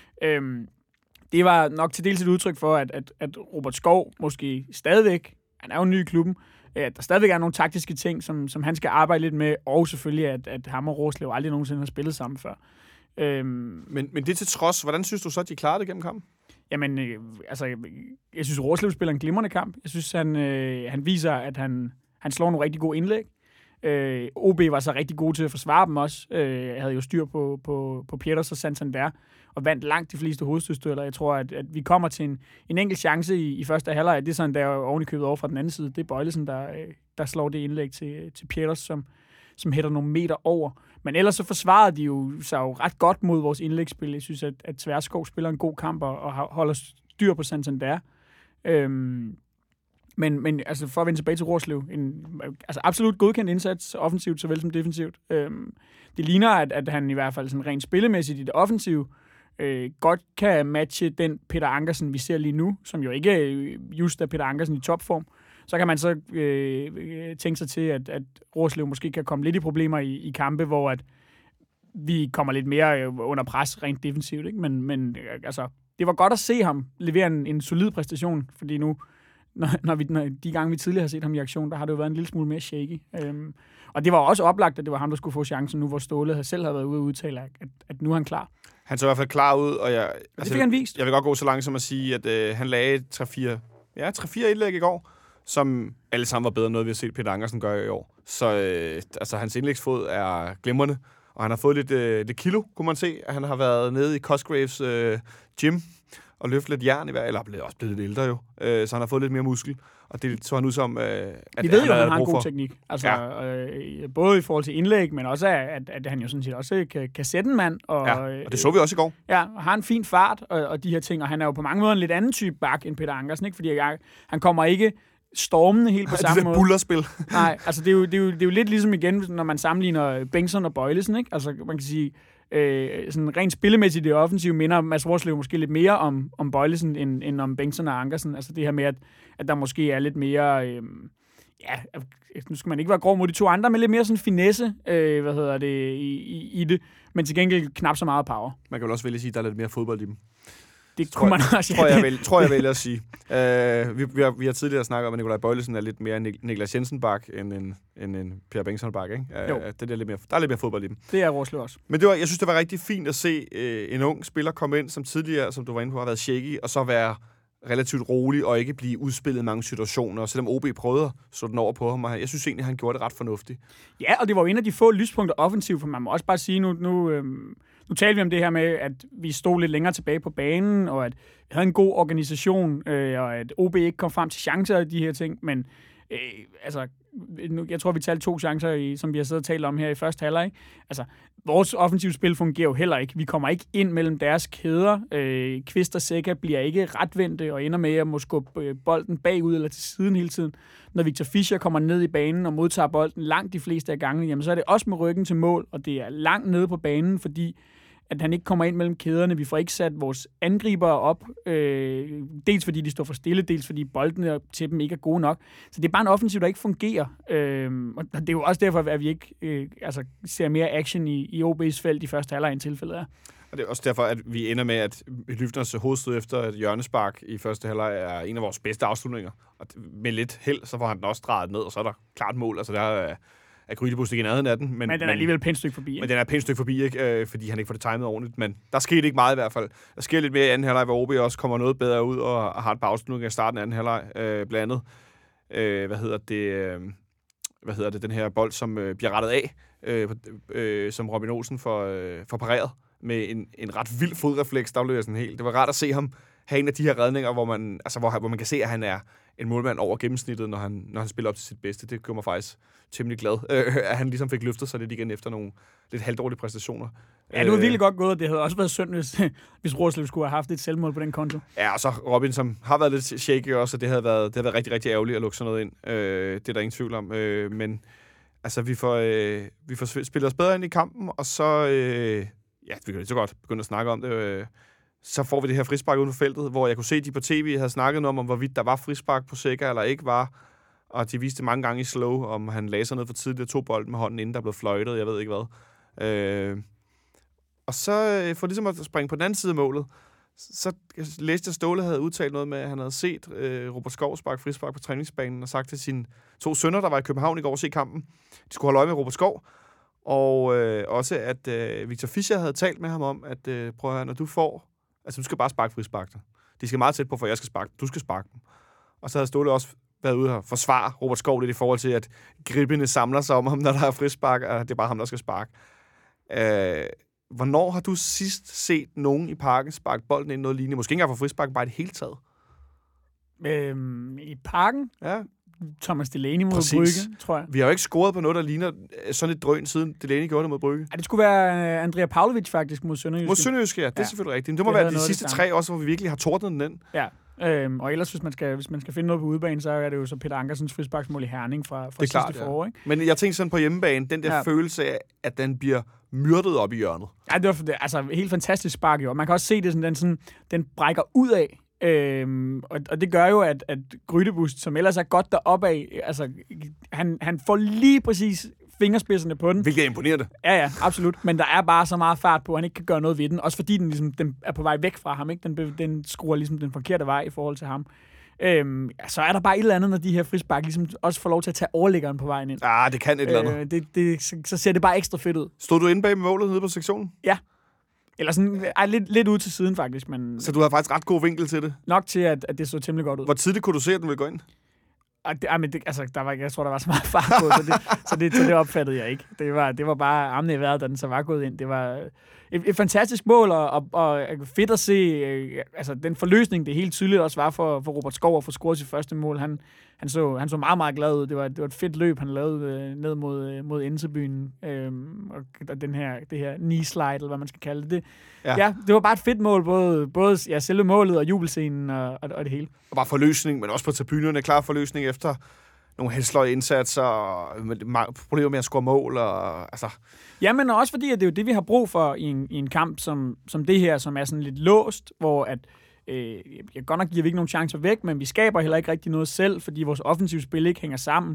Det var nok til dels et udtryk for, at Robert Skov måske stadigvæk, han er jo ny i klubben, at der stadigvæk er nogle taktiske ting, som han skal arbejde lidt med, og selvfølgelig, at ham og Roerslev aldrig nogensinde har spillet sammen før. Men det til trods, hvordan synes du så, at de klarede det gennem kampen? Jamen, jeg synes, Roerslev spiller en glimrende kamp. Jeg synes, han viser, at han slår nogle rigtig gode indlæg. OB var så rigtig god til at forsvare dem også. Jeg havde jo styr på Pieters og Santander, og vandt langt de fleste hovedstødstøller. Jeg tror, at vi kommer til en enkelt chance i første halvleg. Det er sådan, der er oven i købet over fra den anden side. Det er Bøjlesen, der slår det indlæg til Pieters, som hætter nogle meter over. Men ellers så forsvarede de jo sig jo ret godt mod vores indlægsspil. Jeg synes, at Tverskov spiller en god kamp og holder styr på Santander. Men altså for at vende tilbage til Roerslev, absolut godkendt indsats, offensivt såvel som defensivt. Det ligner, at han i hvert fald sådan rent spillemæssigt i det offensive godt kan matche den Peter Ankersen, vi ser lige nu, som jo ikke just er Peter Ankersen i topform. Så kan man så tænke sig til, at Roerslev måske kan komme lidt i problemer i kampe, hvor at vi kommer lidt mere under pres rent defensivt. Ikke? Men det var godt at se ham levere en solid præstation, fordi nu når de gange, vi tidligere har set ham i aktion, der har det jo været en lille smule mere shaky. Og det var også oplagt, at det var ham, der skulle få chancen nu, hvor Ståle selv havde været ude og udtale, at nu er han klar. Han så i hvert fald klar ud, og det fik han vist. Jeg vil godt gå så langt som at sige, at han lagde 3-4 indlæg i går, som alle sammen var bedre end noget, vi har set Peter Ankersen gøre i år. Så hans indlægsfod er glimrende, og han har fået lidt kilo, kunne man se. Han har været nede i Cosgraves gym, og løfte lidt jern i hver, eller også blevet lidt ældre jo. Så han har fået lidt mere muskel, og det så han ud som, at vi ved jo, at han har en god teknik. Både i forhold til indlæg, men også, at han jo sådan set også kan sætte en mand. Og det så vi også i går. Ja, og har en fin fart og de her ting, og han er jo på mange måder en lidt anden type bak end Peter Ankersen, ikke? Fordi han kommer ikke stormende helt på samme måde. Det bullerspil. Nej, altså det er jo lidt ligesom igen, når man sammenligner Bengtsson og Bøjlesen, ikke? Altså man kan sige, sådan rent spillemæssigt det offensive minder Mads Roerslev måske lidt mere om Bøjlesen end om Bengtsson og Ankersen. Altså det her med, at der måske er lidt mere, nu skal man ikke være grov mod de to andre, men lidt mere sådan finesse, i det, men til gengæld knap så meget power. Man kan vel også vælge at sige, at der er lidt mere fodbold i dem. Det kunne man også, tror jeg vælger at sige. Vi har tidligere snakket om, at Nikolaj Bøjlesen er lidt mere Niklas Jensen-bak end en Per Bengtsson-bak, ikke? Der er lidt mere fodbold i dem. Det er Roerslev også. Men jeg synes, det var rigtig fint at se en ung spiller komme ind, som tidligere, som du var inde på, har været shaky, og så være relativt rolig og ikke blive udspillet i mange situationer, selvom OB prøvede at slå den over på ham, og jeg synes egentlig, han gjorde det ret fornuftigt. Ja, og det var jo en af de få lyspunkter offensivt, for man må også bare sige, nu talte vi om det her med, at vi stod lidt længere tilbage på banen, og at vi havde en god organisation, og at OB ikke kom frem til chancer og de her ting, men jeg tror, vi talte 2 chancer, som vi har siddet og talt om her i første halvleg. Altså, vores offensivt spil fungerer jo heller ikke. Vi kommer ikke ind mellem deres kæder. Kvist og Sækker bliver ikke retvendte og ender med at må skubbe bolden bagud eller til siden hele tiden. Når Victor Fischer kommer ned i banen og modtager bolden langt de fleste af gangene, jamen, så er det også med ryggen til mål, og det er langt nede på banen, fordi at han ikke kommer ind mellem kæderne. Vi får ikke sat vores angribere op, dels fordi de står for stille, dels fordi boldene til dem ikke er gode nok. Så det er bare en offensiv, der ikke fungerer. Og det er jo også derfor, at vi ikke ser mere action i OB's felt i første halvleg, end tilfældet er. Og det er også derfor, at vi ender med, at Lyftners hovedstød efter et hjørnespark i første halvleg er en af vores bedste afslutninger. Og med lidt held, så får han den også drejet ned, og så er der klart mål. Altså, der er Grydebust ikke i nærheden af den. Men den er alligevel et pænt stykke forbi. Men den er et pænt stykke forbi, ikke? Fordi han ikke får det timet ordentligt. Men der skete ikke meget i hvert fald. Der sker lidt mere i anden halvleg, hvor OB også kommer noget bedre ud og har et par afslutninger i starten af anden halvleg. Blandt andet, den her bold, som bliver rettet af, som Robin Olsen får pareret med en ret vild fodrefleks. Der blev jeg sådan helt. Det var rart at se ham have en af de her redninger, hvor man kan se, at han er en målmand over gennemsnittet, når han spiller op til sit bedste. Det gør mig faktisk temmelig glad, at han ligesom fik løftet sig lidt igen efter nogle lidt halvdårlige præstationer. Ja, det var virkelig godt gået, og det havde også været synd, hvis Rorslev skulle have haft et selvmål på den konto. Ja, og så Robin, som har været lidt shaky også, og det havde været rigtig, rigtig ærgerligt at lukke sådan noget ind. Det er der ingen tvivl om. Men altså, vi får spillet os bedre ind i kampen, og så... vi kan lige så godt begynde at snakke om det. Så får vi det her frispark uden for feltet, hvor jeg kunne se, at de på tv havde snakket om hvorvidt der var frispark på Zeca eller ikke var. Og de viste mange gange i slow, om han lagde sig ned for tidligt og tog bolden med hånden, inden der blev fløjtet. Jeg ved ikke hvad. Og så for ligesom at springe på den anden side af målet, så læste jeg, Ståle havde udtalt noget med, at han havde set Robert Skov sparke frispark på træningsbanen og sagt til sine 2 sønner, der var i København i går og se kampen, de skulle holde øje med Robert Skov. Og også, at Victor Fischer havde talt med ham om, at prøv at høre, når du får... Altså, du skal bare sparke frispark. De skal meget tæt på, for jeg skal sparke dem. Du skal sparke dem. Og så havde Ståle også været ude og forsvare Robert Skov lidt i forhold til, at gribbene samler sig om ham, når der er frispark, og det er bare ham, der skal sparke. Hvornår har du sidst set nogen i parken sparke bolden ind i noget lignende? Måske ikke engang for frispark, bare i det hele taget. I parken? Ja. Thomas Delaney mod Brygge, tror jeg. Vi har jo ikke scoret på noget, der ligner sådan et drøn, siden Delaney gjorde det mod Brygge. Ja, det skulle være Andrea Pavlovic faktisk mod Sønderjyske. Mod Sønderjyske, ja. Det er selvfølgelig rigtigt. Det må være de sidste 3 også, hvor vi virkelig har tordnet den ind. Ja, og ellers, hvis man skal finde noget på udebane, så er det jo så Peter Ankersens frisparksmål i Herning fra sidste forår, ikke? Men jeg tænker sådan på hjemmebane, den der følelse af, at den bliver myrdet op i hjørnet. Ja, det var altså helt fantastisk spark, jo. Man kan også se det sådan, den brækker ud af. Og det gør jo, at Grydebust, som ellers er godt deroppe af, altså, han får lige præcis fingerspidserne på den. Hvilket er imponerende. Ja, absolut. Men der er bare så meget fart på, at han ikke kan gøre noget ved den. Også fordi den er på vej væk fra ham. Ikke? Den skruer ligesom den forkerte vej i forhold til ham. Så er der bare et eller andet, når de her frispark ligesom også får lov til at tage overliggeren på vejen ind. Det kan et eller andet. Så ser det bare ekstra fedt ud. Stod du inde bag målet nede på sektionen? Ja. Eller sådan lidt ud til siden, faktisk. Men så du har faktisk ret god vinkel til det? Nok til, at det så temmelig godt ud. Hvor tidligt kunne du se, at den ville gå ind? Jeg tror, der var så meget fart på, så det opfattede jeg ikke. Det var bare armene i vejret, da den så var gået ind. Det var et fantastisk mål, og fedt at se den forløsning, det helt tydeligt også var for Robert Skov at få scoret sit første mål. Han så meget, meget glad ud. Det var et fedt løb, han lavede ned mod Ensebyen. Og det her knee-slide, eller hvad man skal kalde det. Det var bare et fedt mål, både selve målet og jubelscenen og det hele. Og bare forløsning, men også på tribunerne. Klar forløsning efter nogle helsløje indsatser, og problemer med at score mål. Ja, men også fordi, at det er jo det, vi har brug for i en kamp som det her, som er sådan lidt låst, hvor at godt nok giver vi ikke nogen chancer væk, men vi skaber heller ikke rigtig noget selv, fordi vores offensive spil ikke hænger sammen.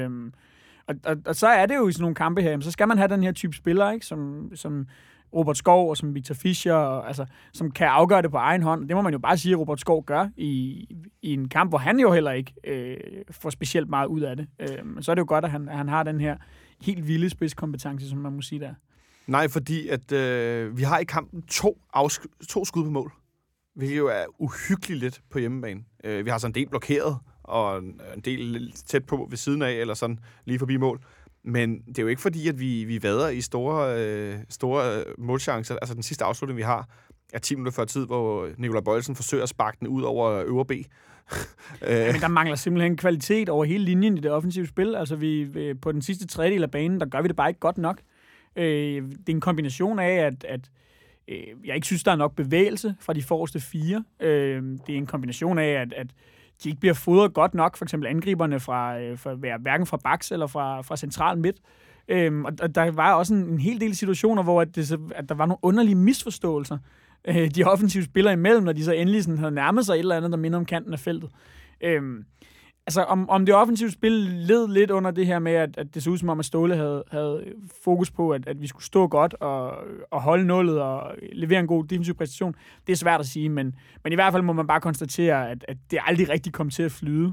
Og så er det jo i sådan nogle kampe her, så skal man have den her type spillere, ikke? Som Robert Skov og som Victor Fischer, og, som kan afgøre det på egen hånd. Det må man jo bare sige, at Robert Skov gør i en kamp, hvor han jo heller ikke får specielt meget ud af det. Så er det jo godt, at han har den her helt vilde spidskompetence, som man må sige der. Nej, fordi at vi har i kampen 2 skud på mål, hvilket jo er uhyggeligt lidt på hjemmebane. Vi har så en del blokeret, og en del tæt på ved siden af, eller sådan lige forbi mål. Men det er jo ikke fordi, at vi vader i store målchancer. Altså den sidste afslutning, vi har, er 10 minutter før tid, hvor Nikolaj Bøjelsen forsøger at sparke den ud over øvre B. Men der mangler simpelthen kvalitet over hele linjen i det offensive spil. Altså vi på den sidste tredjedel af banen, der gør vi det bare ikke godt nok. Det er en kombination af, at jeg ikke synes, der er nok bevægelse fra de forreste 4. Det er en kombination af, at de ikke bliver fodret godt nok, for eksempel angriberne fra hverken fra baks eller fra central midt. Og der var også en hel del situationer, hvor at der var nogle underlige misforståelser de offensive spillere imellem, når de så endelig sådan havde nærmet sig et eller andet, der minder om kanten af feltet. Altså, om det offensive spil led lidt under det her med, at det så ud som om, at Ståle havde fokus på, at vi skulle stå godt og holde nullet og levere en god defensiv præstation. Det er svært at sige, men i hvert fald må man bare konstatere, at det aldrig rigtig kom til at flyde.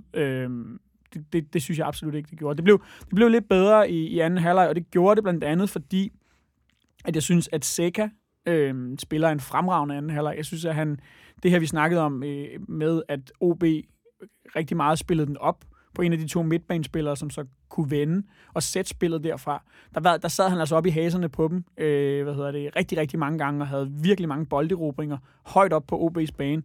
Det synes jeg absolut ikke, det gjorde. Det blev lidt bedre i anden halvleg, og det gjorde det blandt andet, fordi at jeg synes, at Zeca spiller en fremragende anden halvleg. Jeg synes, at det her, vi snakkede om med, at OB rigtig meget spillede den op på en af de to midtbanespillere, som så kunne vende og sætte spillet derfra. Der sad han altså op i haserne på dem, rigtig, rigtig mange gange, og havde virkelig mange bolderobringer højt op på OB's bane.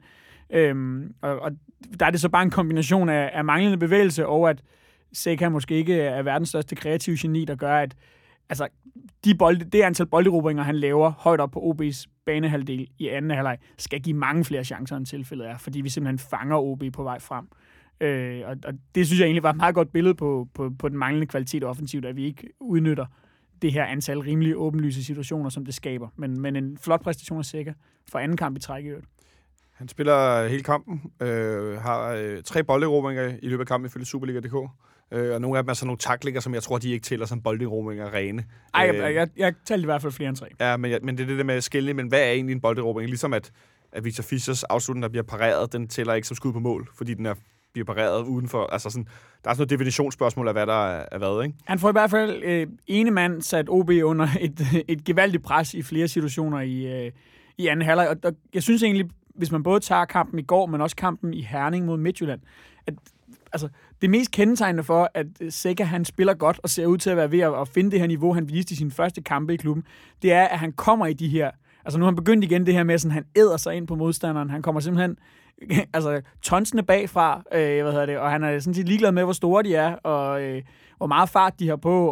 Og der er det så bare en kombination af manglende bevægelse, og at Zeca måske ikke er verdens største kreative geni, der gør, at altså, det antal bolderobringer, han laver højt op på OB's banehalvdel i anden halvleg, skal give mange flere chancer, end tilfældet er, fordi vi simpelthen fanger OB på vej frem. Og det synes jeg egentlig var et meget godt billede på den manglende kvalitet offensivt, at vi ikke udnytter det her antal rimelig åbenlyse situationer, som det skaber. Men en flot præstation af Zeca for anden kamp i træk i øvrigt. Han spiller hele kampen, har 3 bolderobringer i løbet af kampen ifølge Superliga.dk. Og nogle af dem er sådan nogle tacklinger, som jeg tror, de ikke tæller som bolderobringer rene. Jeg talte i hvert fald flere end 3. Ja, men det er det der med at skille, men hvad er egentlig en bolderobring? Ligesom at Victor Fischers afslutning, der bliver pareret, den tæller ikke som skud på mål, fordi den bliver pareret udenfor. Altså sådan, der er sådan noget definitionsspørgsmål af, hvad der er hvad, ikke? Han får i hvert fald ene mand sat OB under et gevaldigt pres i flere situationer i anden halvleg. Og jeg synes egentlig, hvis man både tager kampen i går, men også kampen i Herning mod Midtjylland, at altså, det mest kendetegnende for, at Zeca han spiller godt og ser ud til at være ved at finde det her niveau, han viste i sine første kampe i klubben, det er, at han kommer i de her. Altså nu har han begyndt igen det her med, at han æder sig ind på modstanderen. Han kommer simpelthen tonsene bagfra, og han er sådan set ligeglad med, hvor store de er, og hvor meget fart de har på,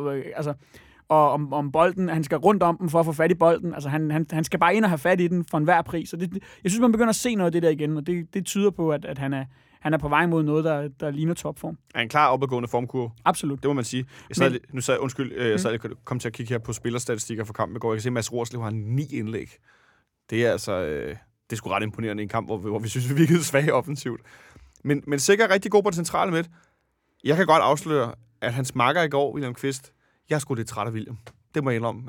og om bolden, han skal rundt om dem for at få fat i bolden. Altså han skal bare ind og have fat i den for enhver pris. Og jeg synes, man begynder at se noget af det der igen, og det tyder på, at han er på vej mod noget, der ligner topform. Er en klar opadgående formkurve? Absolut. Det må man sige. Jeg kom til at kigge her på spillerstatistikker for kampen i går. Jeg kan se, at Mads Rorslev har 9 indlæg. Det er altså... det er sgu ret imponerende i en kamp, hvor vi synes, vi virkede svage offensivt. Men sikkert rigtig god på det centrale midt. Jeg kan godt afsløre, at hans makker i går, William Kvist, jeg er sgu lidt træt af William. Det må jeg indrømme.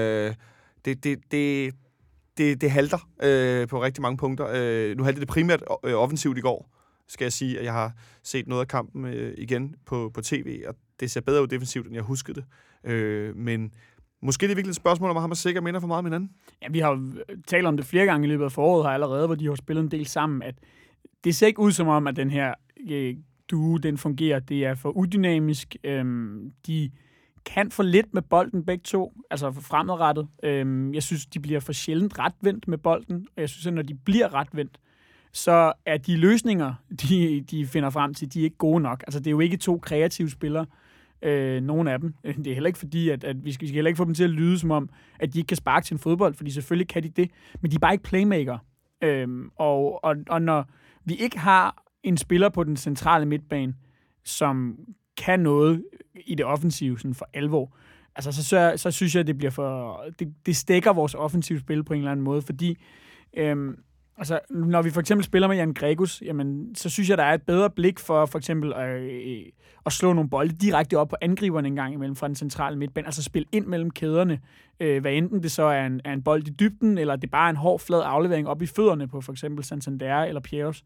Det halter på rigtig mange punkter. Nu halter det primært offensivt i går, skal jeg sige, at jeg har set noget af kampen igen på tv, og det ser bedre ud defensivt, end jeg huskede det. Men måske det er virkelig et spørgsmål, om ham og Zeca minder for meget om hinanden. Ja, vi har talt om det flere gange i løbet af foråret her allerede, hvor de har spillet en del sammen, at det ser ikke ud som om, at den her duo, den fungerer. Det er for udynamisk. De kan for lidt med bolden begge to, altså fremadrettet. Jeg synes, de bliver for sjældent retvendt med bolden, og jeg synes, at når de bliver retvendt, så er de løsninger, de finder frem til, de er ikke gode nok. Altså, det er jo ikke 2 kreative spillere, nogen af dem. Det er heller ikke fordi, at vi skal heller ikke få dem til at lyde som om, at de ikke kan sparke til en fodbold, fordi selvfølgelig kan de det, men de er bare ikke playmaker. Og når vi ikke har en spiller på den centrale midtbane, som kan noget i det offensive sådan for alvor, altså så synes jeg, det bliver det stikker vores offensive spil på en eller anden måde, fordi altså, når vi for eksempel spiller med Jan Gregus, jamen, så synes jeg, der er et bedre blik for eksempel at slå nogle bolde direkte op på angriberne en gang imellem fra den centrale midtbane. Altså spille ind mellem kæderne, hvad enten det så er en bold i dybden, eller det bare er en hård, flad aflevering op i fødderne på for eksempel Santander eller Pieters.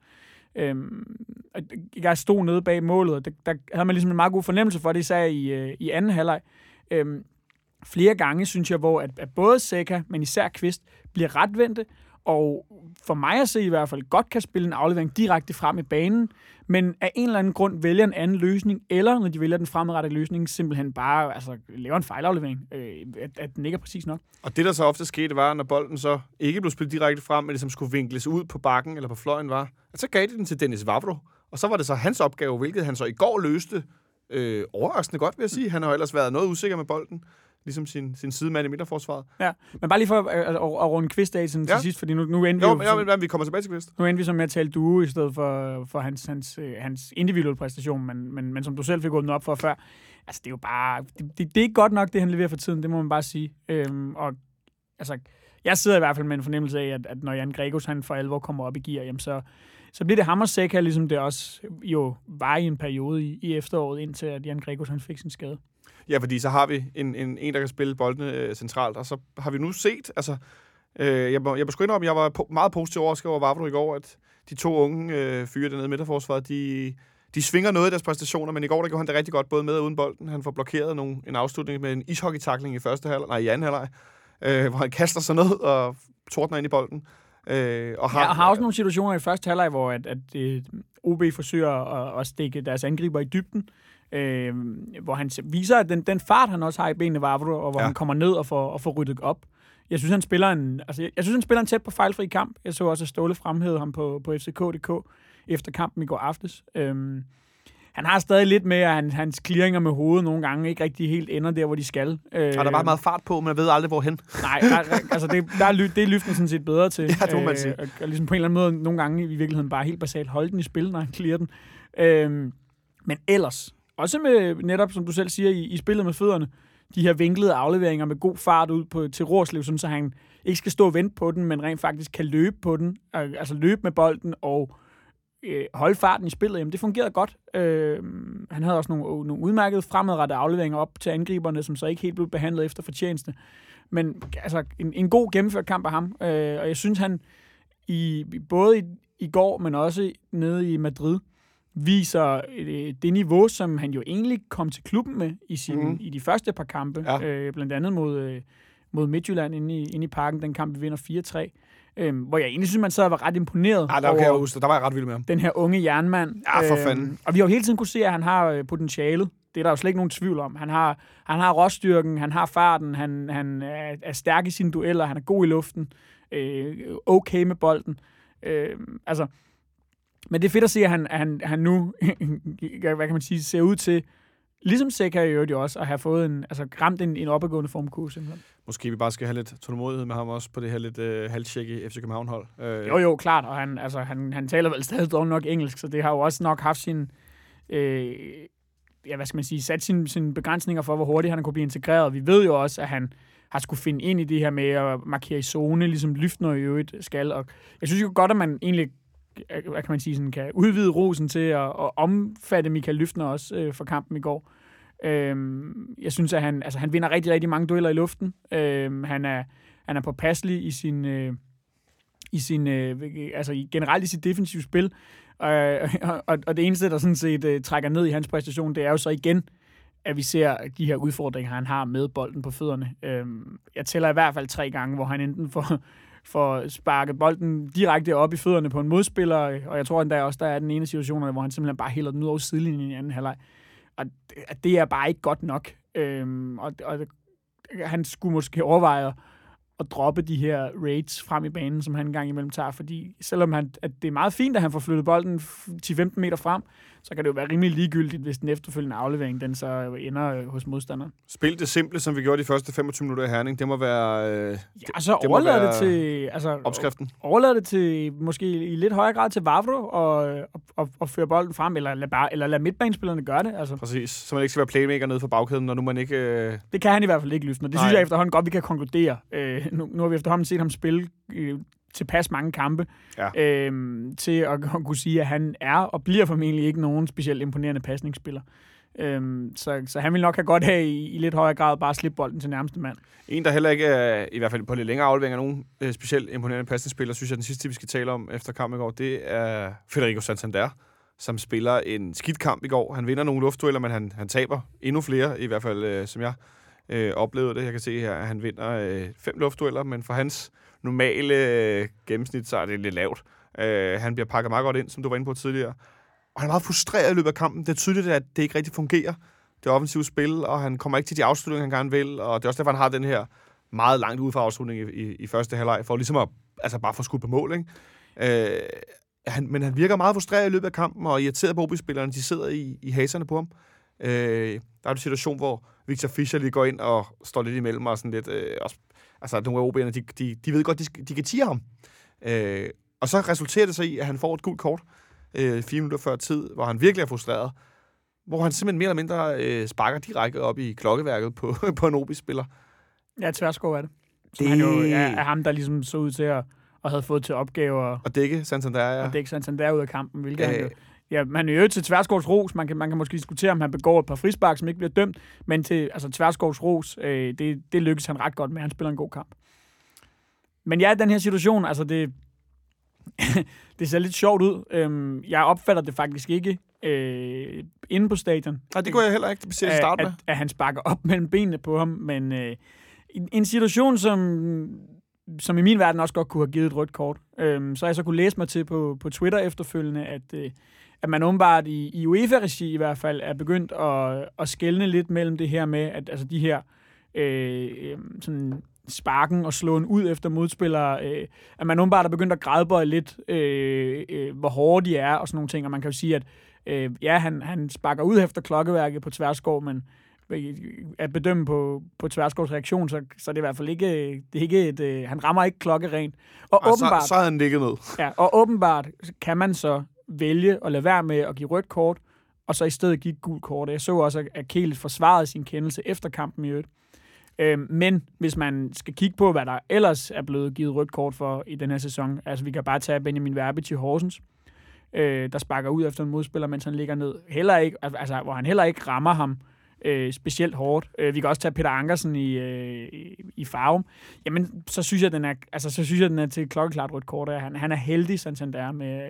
Jeg stod nede bag målet, og der havde man ligesom en meget god fornemmelse for det, især i anden halvleg. Flere gange, synes jeg, hvor at både Zeca, men især Kvist, bliver retvendte, og for mig at se i hvert fald godt kan spille en aflevering direkte frem i banen, men af en eller anden grund vælger en anden løsning, eller når de vælger den fremadrettede løsning, simpelthen bare laver en fejlaflevering, at den ikke er præcis nok. Og det, der så ofte skete, var, når bolden så ikke blev spillet direkte frem, men ligesom skulle vinkles ud på bakken eller på fløjen, var, at så gav de den til Dennis Vavro, og så var det så hans opgave, hvilket han så i går løste overraskende godt, vil jeg sige. Han har ellers været noget usikker med bolden. ligesom sin sidemand i midterforsvaret. Ja, men bare lige for at runde Kvist af til sidst, fordi nu endte vi kommer tilbage til Kvist. Nu endte vi så med at tale duo i stedet for hans individuelle præstation, men som du selv fik åbnet op for før, altså det er jo bare, det er ikke godt nok, det han leverer for tiden, det må man bare sige. Og altså, jeg sidder i hvert fald med en fornemmelse af, at når Jan Gregos han for alvor kommer op i gear, jamen så bliver det ham og Seca, ligesom det også jo var i en periode i efteråret, indtil at Jan Gregos han fik sin skade. Ja, fordi så har vi en der kan spille boldene centralt, og så har vi nu set, altså, jeg må sgu indrømme, jeg var meget positiv overrasket over Vavro i går, at de 2 unge fyre dernede i midterforsvaret, de svinger noget i deres præstationer, men i går der gjorde han det rigtig godt, både med og uden bolden. Han får blokeret en afslutning med en ishockey-tackling i anden halvleg, hvor han kaster sig ned og tordner ind i bolden. Og har også nogle situationer i første halvleg, hvor at OB forsøger at stikke deres angriber i dybden, hvor han viser, at den fart, han også har i benene, Vavro, og hvor han kommer ned og får ryddet op. Jeg synes, han spiller en tæt på fejlfri kamp. Jeg så også, at Ståle fremhævede ham på FCK.dk efter kampen i går aftes. Han har stadig lidt med, at hans clearinger med hovedet nogle gange ikke rigtig helt ender der, hvor de skal. Og der er bare meget fart på, men jeg ved aldrig, hvorhen. Nej, altså det er Lyften sådan set bedre til. Ja, det må man sige. Og ligesom på en eller anden måde, nogle gange i virkeligheden bare helt basalt holde den i spil, når han clearer den. Men ellers, også med netop, som du selv siger, i spillet med fødderne, de her vinklede afleveringer med god fart ud til Roerslev, sådan så han ikke skal stå og vente på den, men rent faktisk kan løbe på den, altså løbe med bolden og holde farten i spillet. Jamen, det fungerede godt. Han havde også nogle udmærkede fremadrettede afleveringer op til angriberne, som så ikke helt blev behandlet efter fortjeneste. Men altså, en god gennemført kamp af ham. Og jeg synes, han både i går, men også nede i Madrid, viser det niveau, som han jo egentlig kom til klubben med i de første par kampe. Ja. Blandt andet mod Midtjylland inde i parken, den kamp, vi vinder 4-3. Hvor jeg egentlig synes, man så var ret imponeret der kan jeg huske, der var jeg ret vild med ham. Den her unge jernmand. Ja, for fanden. Og vi har jo hele tiden kunne se, at han har potentialet. Det er der jo slet ikke nogen tvivl om. Han har råstyrken, han har farten, han er stærk i sine dueller, han er god i luften, okay med bolden. Men det er fedt at se, at han nu, hvad kan man sige, ser ud til, ligesom Seca i øvrigt også, at have fået ramt en opadgående formkurve simpelthen. Måske vi bare skal have lidt tålmodighed med ham også på det her lidt halvtjekke FC København-hold. Jo, klart, og han taler vel stadig dog nok engelsk, så det har jo også nok haft sin, hvad skal man sige, sat sine begrænsninger for, hvor hurtigt han kunne blive integreret. Vi ved jo også, at han har skulle finde ind i det her med at markere i zone, ligesom Lyftner i øvrigt skal, og jeg synes jo godt, at man egentlig, hvad kan man sige, sådan, kan udvide rosen til at omfatte Michael Lyftner også for kampen i går. Jeg synes, at han vinder rigtig, rigtig mange dueller i luften. Han er påpasselig generelt i sit defensive spil. Og det eneste, der sådan set trækker ned i hans præstation, det er jo så igen, at vi ser de her udfordringer, han har med bolden på fødderne. Jeg tæller i hvert fald 3 gange, hvor han enten får sparket bolden direkte op i fødderne på en modspiller, og jeg tror endda også, der er den ene situation, hvor han simpelthen bare hælder den ud over sidelinjen i anden halvleg. Og det er bare ikke godt nok. Og han skulle måske overveje at droppe de her raids frem i banen, som han engang imellem tager, fordi selvom at det er meget fint, at han får flyttet bolden 10-15 meter frem, så kan det jo være rimelig ligegyldigt, hvis den efterfølgende aflevering, den så ender hos modstanderen. Spil det simple, som vi gjorde de første 25 minutter i Herning, det må være så overlader det til opskriften. Overlader det til måske i lidt højere grad til Vavro og føre bolden frem, eller lade midtbanespillerne gøre det. Altså. Præcis, så man ikke skal være playmaker nede for bagkæden, når nu man ikke... Det kan han i hvert fald ikke, Lyftner. Det synes jeg efterhånden godt, vi kan konkludere. Nu har vi efterhånden set ham spille tilpas mange kampe til at kunne sige, at han er og bliver formentlig ikke nogen specielt imponerende pasningsspiller. Så han vil nok have godt have i lidt højere grad bare slippe bolden til nærmeste mand. En, der heller ikke er, i hvert fald på lidt længere afleveringer, nogen specielt imponerende pasningsspiller, synes jeg, den sidste, vi skal tale om efter kampen i går, det er Federico Santander, som spiller en skidt kamp i går. Han vinder nogle luftdueller, men han taber endnu flere, i hvert fald som jeg oplevede det. Jeg kan se her, at han vinder 5 luftdueller, men for hans normale gennemsnit, så er det lidt lavt. Han bliver pakket meget godt ind, som du var inde på tidligere. Og han er meget frustreret i løbet af kampen. Det er tydeligt, at det ikke rigtig fungerer, det offensive spil, og han kommer ikke til de afslutninger, han gerne vil. Og det er også derfor, han har den her meget langt ud fra afslutning i første halvleg, for ligesom at bare få skudt på mål, ikke? Men han virker meget frustreret i løbet af kampen, og irriteret på OB-spillerne, de sidder i haserne på ham. Der er en situation, hvor Victor Fischer lige går ind og står lidt imellem og sådan lidt... altså, nogle af OB'erne, de ved godt, de kan tire ham. Og så resulterer det sig i, at han får et gult kort 4 minutter før tid, hvor han virkelig er frustreret. Hvor han simpelthen mere eller mindre sparker direkte op i klokkeværket på en OB-spiller. Ja, Tverskov er det. Som han jo er ham, der ligesom så ud til at havde fået til opgave at dække Santander, ja. Og dække Santander ud af kampen, hvilket han jo... Ja, man er jo til Tverskovs ros. Man kan måske diskutere, om han begår et par frispark, som ikke bliver dømt, men til Tverskovs ros, det lykkes han ret godt med. Han spiller en god kamp. Men ja, den her situation, altså det ser lidt sjovt ud. Jeg opfatter det faktisk ikke inde på stadion. Nej, det kunne jeg heller ikke se at starte med. At han sparker op mellem benene på ham, men en situation, som i min verden også godt kunne have givet et rødt kort. Så har jeg så kunne læse mig til på Twitter efterfølgende, at man åbenbart i UEFA-regi i hvert fald er begyndt at skelne lidt mellem det her med, at altså de her sådan sparken og slåen ud efter modspillere, at man åbenbart er begyndt at gradbøje lidt, hvor hårde de er og sådan nogle ting, og man kan jo sige, at han sparker ud efter klokkeværket på Tverskov, men at bedømme på Tverskovs reaktion, så er det i hvert fald ikke, han rammer ikke klokkerent. Og åbenbart, så har han ligget ned. Ja, og åbenbart kan man så vælge at lade være med at give rødt kort, og så i stedet give gult kort. Jeg så også, at Kehlet forsvarede sin kendelse efter kampen i øvrigt. Men hvis man skal kigge på, hvad der ellers er blevet givet rødt kort for i den her sæson, altså vi kan bare tage Benjamin Verbic i Horsens, der sparker ud efter en modspiller, mens han ligger ned. Heller ikke, altså, hvor han heller ikke rammer ham specielt hårdt. Vi kan også tage Peter Ankersen i Farum. Jamen, så synes jeg, den er til klokkeklart rødt kort. Han er heldig, Santander,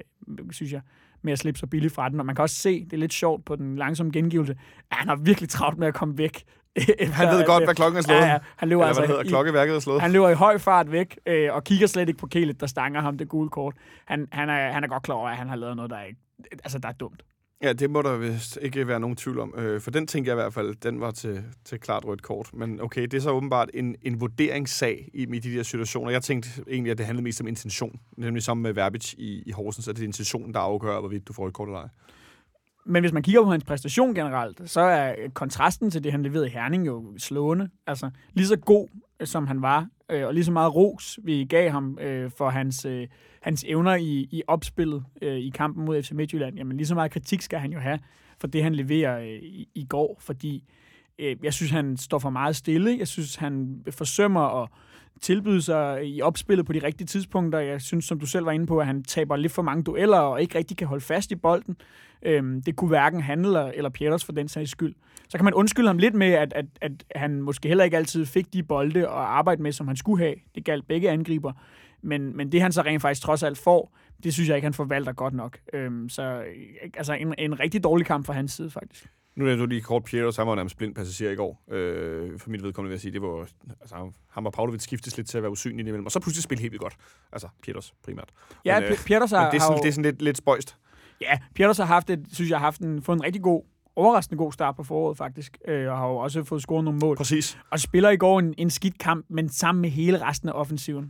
med at slippe så billigt fra den. Og man kan også se, det er lidt sjovt på den langsomme gengivelse, at han har virkelig travlt med at komme væk. Han ved godt, hvad klokken er slået. Ja, han løber klokkeværket er slået. Han løber i høj fart væk, og kigger slet ikke på Kehlet, der stanger ham det gule kort. Han er godt klar over, at han har lavet noget, der er dumt. Ja, det må der vist ikke være nogen tvivl om. For den tænker jeg i hvert fald, den var til klart rødt kort. Men okay, det er så åbenbart en vurderingssag i de der situationer. Jeg tænkte egentlig, at det handlede mest om intention. Nemlig sammen med Verbic i Horsens, at det er intentionen, der afgør, hvorvidt du får et kort eller ej. Men hvis man kigger på hans præstation generelt, så er kontrasten til det, han leverede i Herning, jo slående. Altså, lige så god, som han var, og lige så meget ros, vi gav ham for hans evner i opspillet i kampen mod FC Midtjylland, jamen lige så meget kritik skal han jo have for det, han leverer i går, fordi jeg synes, han står for meget stille. Jeg synes, han forsømmer at tilbyde sig i opspillet på de rigtige tidspunkter. Jeg synes, som du selv var inde på, at han taber lidt for mange dueller og ikke rigtig kan holde fast i bolden. Det kunne hverken han eller Pieters for den sags skyld. Så kan man undskylde ham lidt med, at han måske heller ikke altid fik de bolde at arbejde med, som han skulle have. Det galt begge angriber. Men det, han så rent faktisk trods alt får, det synes jeg ikke, han forvalter godt nok. Så altså en rigtig dårlig kamp fra hans side, faktisk. Nu er du lige kort Pieters, han var nærmest blind passager i går. For mit vedkommende vil jeg sige, det var, altså, han var Pavlovic skiftes lidt til at være usynlig imellem, og så pludselig spille helt vildt godt. Altså, Pieters primært. Ja, Pieters har... det er sådan lidt spøjst. Ja, Pieters har fået en rigtig god, overraskende god start på foråret, faktisk. Og har jo også fået scoret nogle mål. Præcis. Og spiller i går en skidt kamp, men sammen med hele resten af offensiven.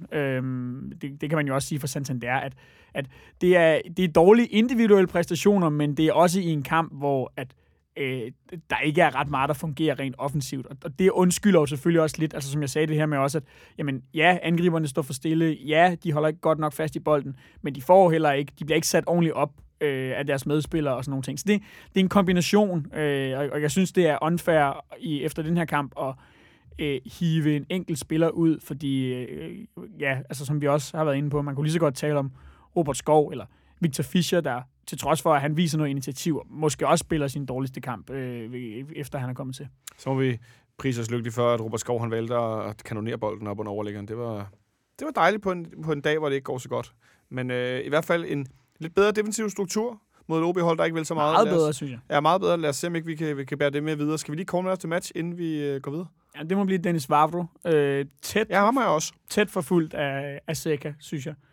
Det kan man jo også sige for Santander, at det er dårlige individuelle præstationer, men det er også i en kamp, hvor der ikke er ret meget, der fungerer rent offensivt. Og det undskylder jo selvfølgelig også lidt, altså som jeg sagde det her med også, at jamen, ja, angriberne står for stille, ja, de holder ikke godt nok fast i bolden, men de får heller ikke, de bliver ikke sat ordentligt op af deres medspillere og sådan nogle ting. Så det er en kombination, og jeg synes, det er unfair efter den her kamp at hive en enkelt spiller ud, fordi, altså som vi også har været inde på, man kunne lige så godt tale om Robert Skov eller Victor Fischer, der til trods for, at han viser noget initiativ, måske også spiller sin dårligste kamp, efter han er kommet til. Så må vi prise os lykkeligt for, at Robert Skov han valgte at kanonere bolden op under overliggeren. Det var dejligt på en dag, hvor det ikke går så godt. Men i hvert fald en lidt bedre defensiv struktur mod et OB-hold, der ikke vil så meget. Meget bedre, synes jeg. Ja, meget bedre. Lad os se, om ikke vi kan bære det med videre. Skal vi lige komme til match, inden vi går videre? Ja, det må blive Dennis Vavro. Tæt. Ja, ham er jeg også. Tæt forfulgt af Seca, synes jeg.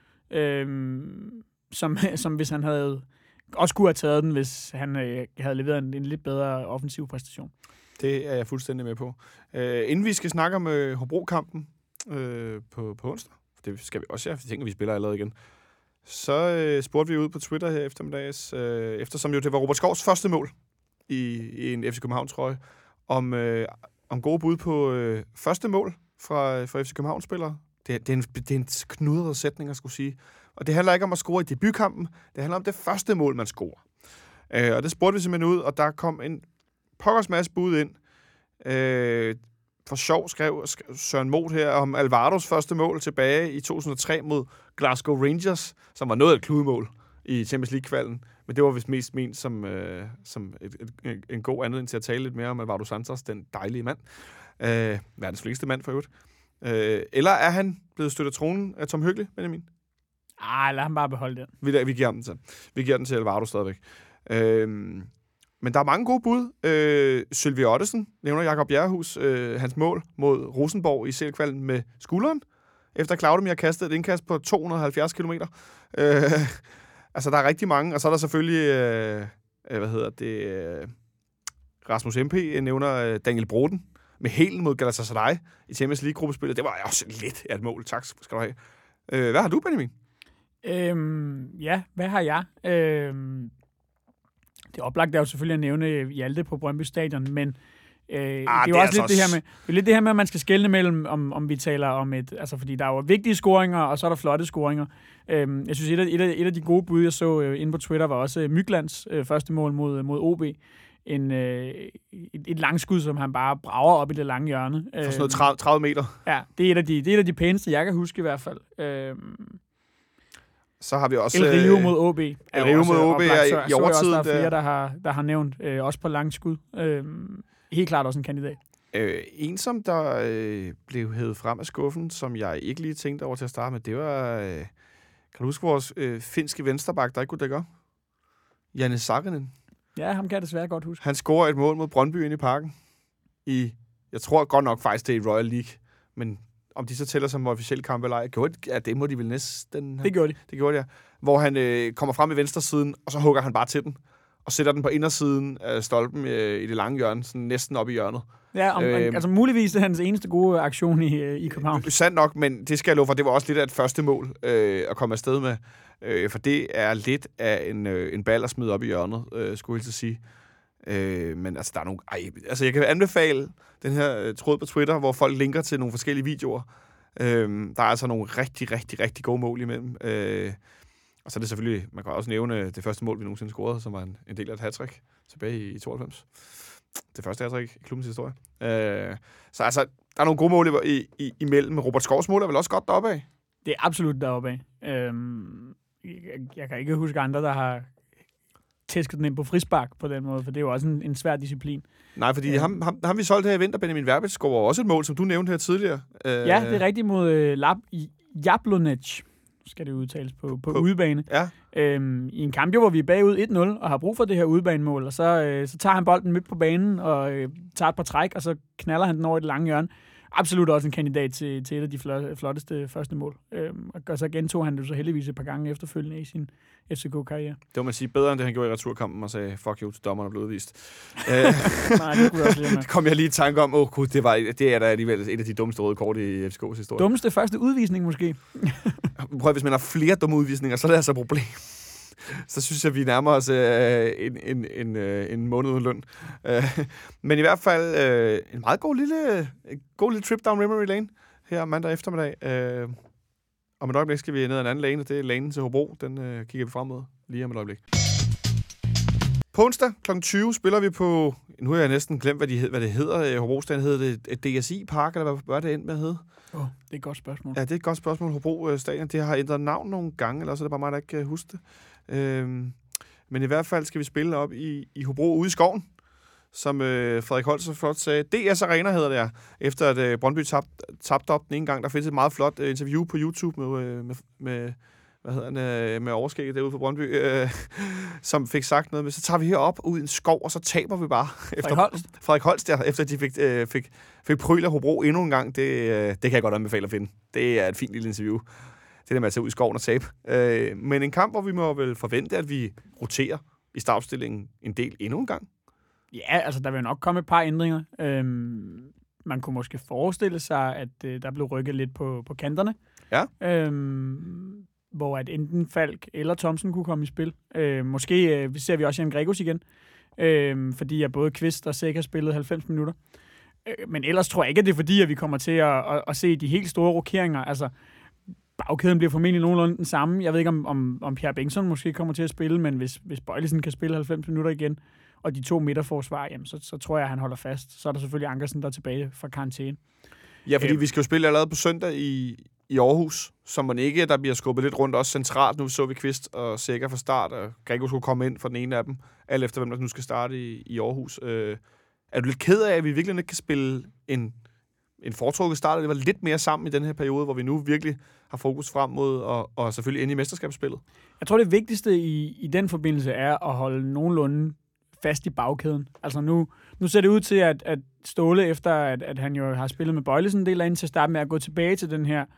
Som hvis han havde også kunne have taget den, hvis han havde leveret en lidt bedre offensiv præstation. Det er jeg fuldstændig med på. Inden vi skal snakke om Hobro-kampen på onsdag, det skal vi også, jeg tænker, vi spiller allerede igen, så spurgte vi ud på Twitter her eftermiddags, eftersom jo det var Robert Skovs første mål i en FC København-trøje, om om gode bud på første mål fra FC København-spillere. Det er en knudret sætning, jeg skulle sige. Og det handler ikke om at score i debutkampen. Det handler om det første mål, man scorer. Og det spurgte vi simpelthen ud, og der kom en pokkers masse bud ind. For sjov skrev Søren Moth her om Alvaros første mål tilbage i 2003 mod Glasgow Rangers, som var noget af et kludemål i Champions League-kvalden. Men det var vist mest ment som en god anledning til at tale lidt mere om Alvaro Santos, den dejlige mand. Verdens fleste mand for øvrigt. Eller er han blevet støttet af tronen af Tom Høgli, Benjamin? Lad ham bare beholde den. Vi giver den til. Vi giver den til Alvaro stadigvæk. Men der er mange gode bud. Sylvie Ottesen nævner Jakob Bjerrehus, hans mål mod Rosenborg i CL-kvalden med skulderen, efter Claudemir kastede et indkast på 270 km. Altså, der er rigtig mange. Og så er der selvfølgelig, Rasmus MP nævner Daniel Broden med hælen mod Galatasaray i Champions League-gruppespillet. Det var også lidt af et mål. Tak skal du have. Hvad har du, Benjamin? Hvad har jeg? Det oplagte er jo selvfølgelig at nævne Hjalte på Brøndby Stadion, men det er jo også lidt det her med, at man skal skelne mellem, om vi taler om fordi der er jo vigtige scoringer, og så er der flotte scoringer. Jeg synes, et af de gode bud, jeg så inde på Twitter, var også Myklands første mål mod OB. Et langskud, som han bare brager op i det lange hjørne. For sådan noget 30 meter. Ja, det er et af de pæneste, jeg kan huske i hvert fald. Så har vi også El Rio mod OB. El Rio mod OB er i overtid. Der er flere, der har nævnt, også på langskud. Helt klart også en kandidat. En, som der blev hævet frem af skuffen, som jeg ikke lige tænkte over til at starte med, det var, kan du huske vores finske venstreback, der ikke kunne dække op? Janne Saarinen. Ja, ham kan jeg desværre godt huske. Han scorer et mål mod Brøndby inde i parken. Jeg tror godt nok faktisk, det er i Royal League, men om de så tæller som officielle kampe eller ej, det må de vel næsten. Det gjorde de. Det gjorde de, ja. Hvor han kommer frem i venstre siden, og så hugger han bare til den, og sætter den på indersiden af stolpen i det lange hjørne, sådan næsten op i hjørnet. Ja, altså muligvis det er hans eneste gode aktion i København. Sandt nok, men det skal jeg love for, det var også lidt af et første mål at komme afsted med. For det er lidt af en ball at smide op i hjørnet, skulle jeg til at sige. Men altså, der er nogle... jeg kan anbefale den her tråd på Twitter, hvor folk linker til nogle forskellige videoer. Der er altså nogle rigtig, rigtig, rigtig gode mål imellem. Og så er det selvfølgelig... Man kan også nævne det første mål, vi nogensinde scorede, som var en del af et hattrick tilbage i 92. Det første hattrick i klubbens historie. Så altså, der er nogle gode mål imellem. Robert Skovs mål er vel også godt deroppe af? Det er absolut deroppe af. Jeg kan ikke huske andre, der har tæsket den ind på frispark på den måde, for det er jo også en svær disciplin. Nej, fordi ham vi solgte her i vinter, Benjamin Verbitz, scorer også et mål, som du nævnte her tidligere. Ja, det er rigtigt mod Jablonec, skal det udtales på udebane. Ja. I en kamp, hvor vi er bagud 1-0 og har brug for det her udebanemål, og så tager han bolden midt på banen og tager et par træk, og så knaller han den over i det lange hjørne. Absolut også en kandidat til et af de flotteste første mål. Og så gentog han det så heldigvis et par gange efterfølgende i sin FCK-karriere. Det må man sige bedre, end det han gjorde i returkampen og sagde, fuck you, til dommeren er blevet udvist. Nej, det kunne også lige med. Det kom jeg lige i tanke om, gud, det er da alligevel et af de dummeste røde kort i FCK's historie. Dummeste første udvisning måske. Prøv, hvis man har flere dumme udvisninger, så er det altså et problem. Så synes jeg, vi nærmer os en måned uden løn. Men i hvert fald en meget god lille trip down memory lane her mandag eftermiddag. Om et øjeblik skal vi ned ad en anden lane, og det er lanen til Hobro. Den kigger vi frem mod lige om et øjeblik. På onsdag kl. 20 spiller vi på, nu har jeg næsten glemt, hvad det hedder. Hobro-stadion hedder det DSI-park, eller hvad det endte med at hedde? Det er et godt spørgsmål. Ja, det er et godt spørgsmål. Hobro-stadion, det har ændret navn nogle gange, eller så er det bare mig, der ikke kan huske det. Men i hvert fald skal vi spille op i Hobro ude i skoven, som Frederik Holt så flot sagde. DS Arena hedder det, efter at Brøndby tabte op den ene gang. Der findes et meget flot interview på YouTube med overskægget derude på Brøndby, som fik sagt noget med, så tager vi herop ud i en skov, og så taber vi bare. Frederik Holst, efter de fik pryl af Hobro endnu en gang. Det kan jeg godt anbefale at finde. Det er et fint lille interview. Det der med at tage ud i skoven og tabe. Men en kamp, hvor vi må vel forvente, at vi roterer i startopstillingen en del endnu en gang. Ja, altså der vil nok komme et par ændringer. Man kunne måske forestille sig, at der blev rykket lidt på kanterne. Ja. Hvor at enten Falk eller Thomsen kunne komme i spil. Måske ser vi også Jan Gregos igen, fordi at både Kvist og Sæk har spillet 90 minutter. Men ellers tror jeg ikke, at det er fordi, at vi kommer til at se de helt store rokeringer. Altså, bagkæden bliver formentlig nogenlunde den samme. Jeg ved ikke, om Pierre Bengtsson måske kommer til at spille, men hvis Bøjlesen kan spille 90 minutter igen, og de 2 midterforsvar, jamen, så tror jeg, at han holder fast. Så er der selvfølgelig Ankersen, der er tilbage fra karantæne. Ja, fordi vi skal jo spille allerede på søndag i Aarhus, så man ikke, der bliver skubbet lidt rundt, også centralt. Nu så vi Kvist og Sækker fra start, og Grego skulle komme ind for den ene af dem, alt efter hvem der nu skal starte i Aarhus. Er du lidt ked af, at vi virkelig ikke kan spille en foretrukket start, det var lidt mere sammen i den her periode, hvor vi nu virkelig har fokus frem mod og selvfølgelig ind i mesterskabsspillet? Jeg tror, det vigtigste i den forbindelse er at holde nogenlunde fast i bagkæden. Altså nu ser det ud til, at Ståle, efter at han jo har spillet med Bøjlesen en del af inden til at starte med at gå tilbage til den her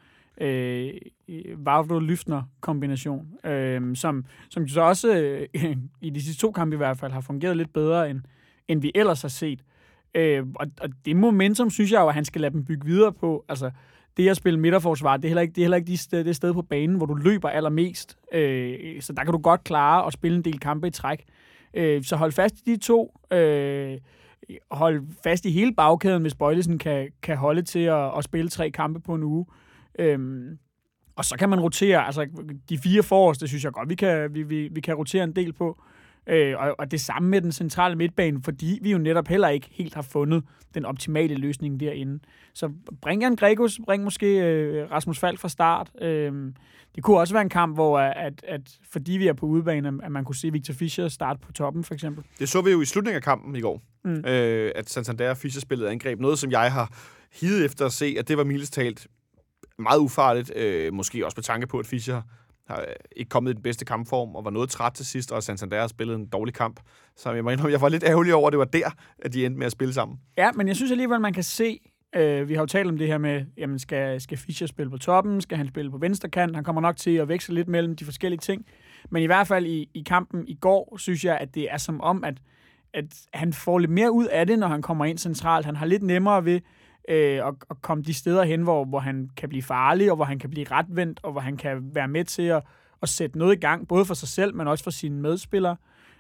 Vavro-Lyftner-kombination, som så også i de sidste 2 kampe i hvert fald har fungeret lidt bedre, end vi ellers har set. Og det momentum, synes jeg jo, at han skal lade dem bygge videre på. Altså, det at spille midterforsvar, det er heller ikke det sted på banen, hvor du løber allermest. Så der kan du godt klare at spille en del kampe i træk. Så hold fast i de 2. Hold fast i hele bagkæden, hvis Bøjlesen kan holde til at spille 3 kampe på en uge. Og så kan man rotere. Altså, de 4 forreste, synes jeg godt, vi kan rotere en del på. Og det samme med den centrale midtbane, fordi vi jo netop heller ikke helt har fundet den optimale løsning derinde. Så bring Jan Gregos, bring måske Rasmus Falk fra start. Det kunne også være en kamp, hvor at fordi vi er på udebane, at man kunne se Victor Fischer starte på toppen, for eksempel. Det så vi jo i slutningen af kampen i går, at Santander og Fischer spillede angreb. Noget, som jeg har higet efter at se, at det var mildest talt meget ufarligt. Måske også med tanke på, at Fischer har ikke kommet i den bedste kampform, og var noget træt til sidst, og Santander har spillet en dårlig kamp. Så jeg var lidt ærgerlig over, at det var der, at de endte med at spille sammen. Ja, men jeg synes alligevel, man kan se, vi har jo talt om det her med, jamen skal Fischer spille på toppen, skal han spille på venstre kant, han kommer nok til at veksle lidt mellem de forskellige ting. Men i hvert fald i kampen i går, synes jeg, at det er som om, at han får lidt mere ud af det, når han kommer ind centralt. Han har lidt nemmere ved at komme de steder hen, hvor han kan blive farlig, og hvor han kan blive retvendt, og hvor han kan være med til at sætte noget i gang, både for sig selv, men også for sine medspillere.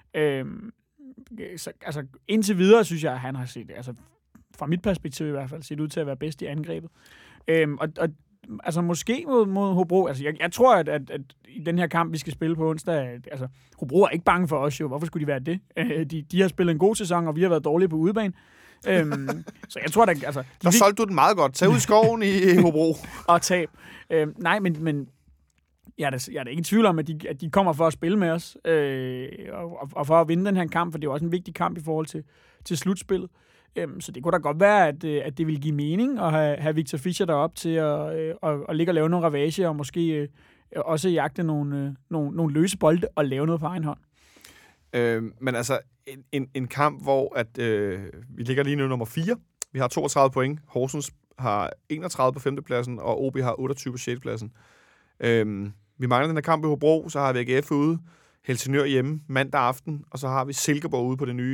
Så, altså, indtil videre, synes jeg, at han har set, altså fra mit perspektiv i hvert fald, set ud til at være bedst i angrebet. Og altså måske mod Hobro, altså jeg tror, at i den her kamp, vi skal spille på onsdag, altså Hobro er ikke bange for os jo. Hvorfor skulle de være det? De har spillet en god sæson, og vi har været dårlige på udebane. Så jeg tror, at altså... Der solgte du den meget godt. Tag ud i skoven i Hobro. Og tab. Nej, men jeg er da ikke i tvivl om, at de kommer for at spille med os, og for at vinde den her kamp, for det er jo også en vigtig kamp i forhold til slutspillet. Så det kunne da godt være, at det ville give mening at have Victor Fischer deroppe til at ligge og lave nogle ravage, og måske også jagte nogle løse bolde og lave noget på egen hånd. Men altså, en kamp, hvor vi ligger lige nu nummer 4. Vi har 32 point. Horsens har 31 på 5. pladsen, og OB har 28 på 6. pladsen. Vi mangler den her kamp i Hobro, så har vi AGF ude, Helsingør hjemme mandag aften, og så har vi Silkeborg ude på det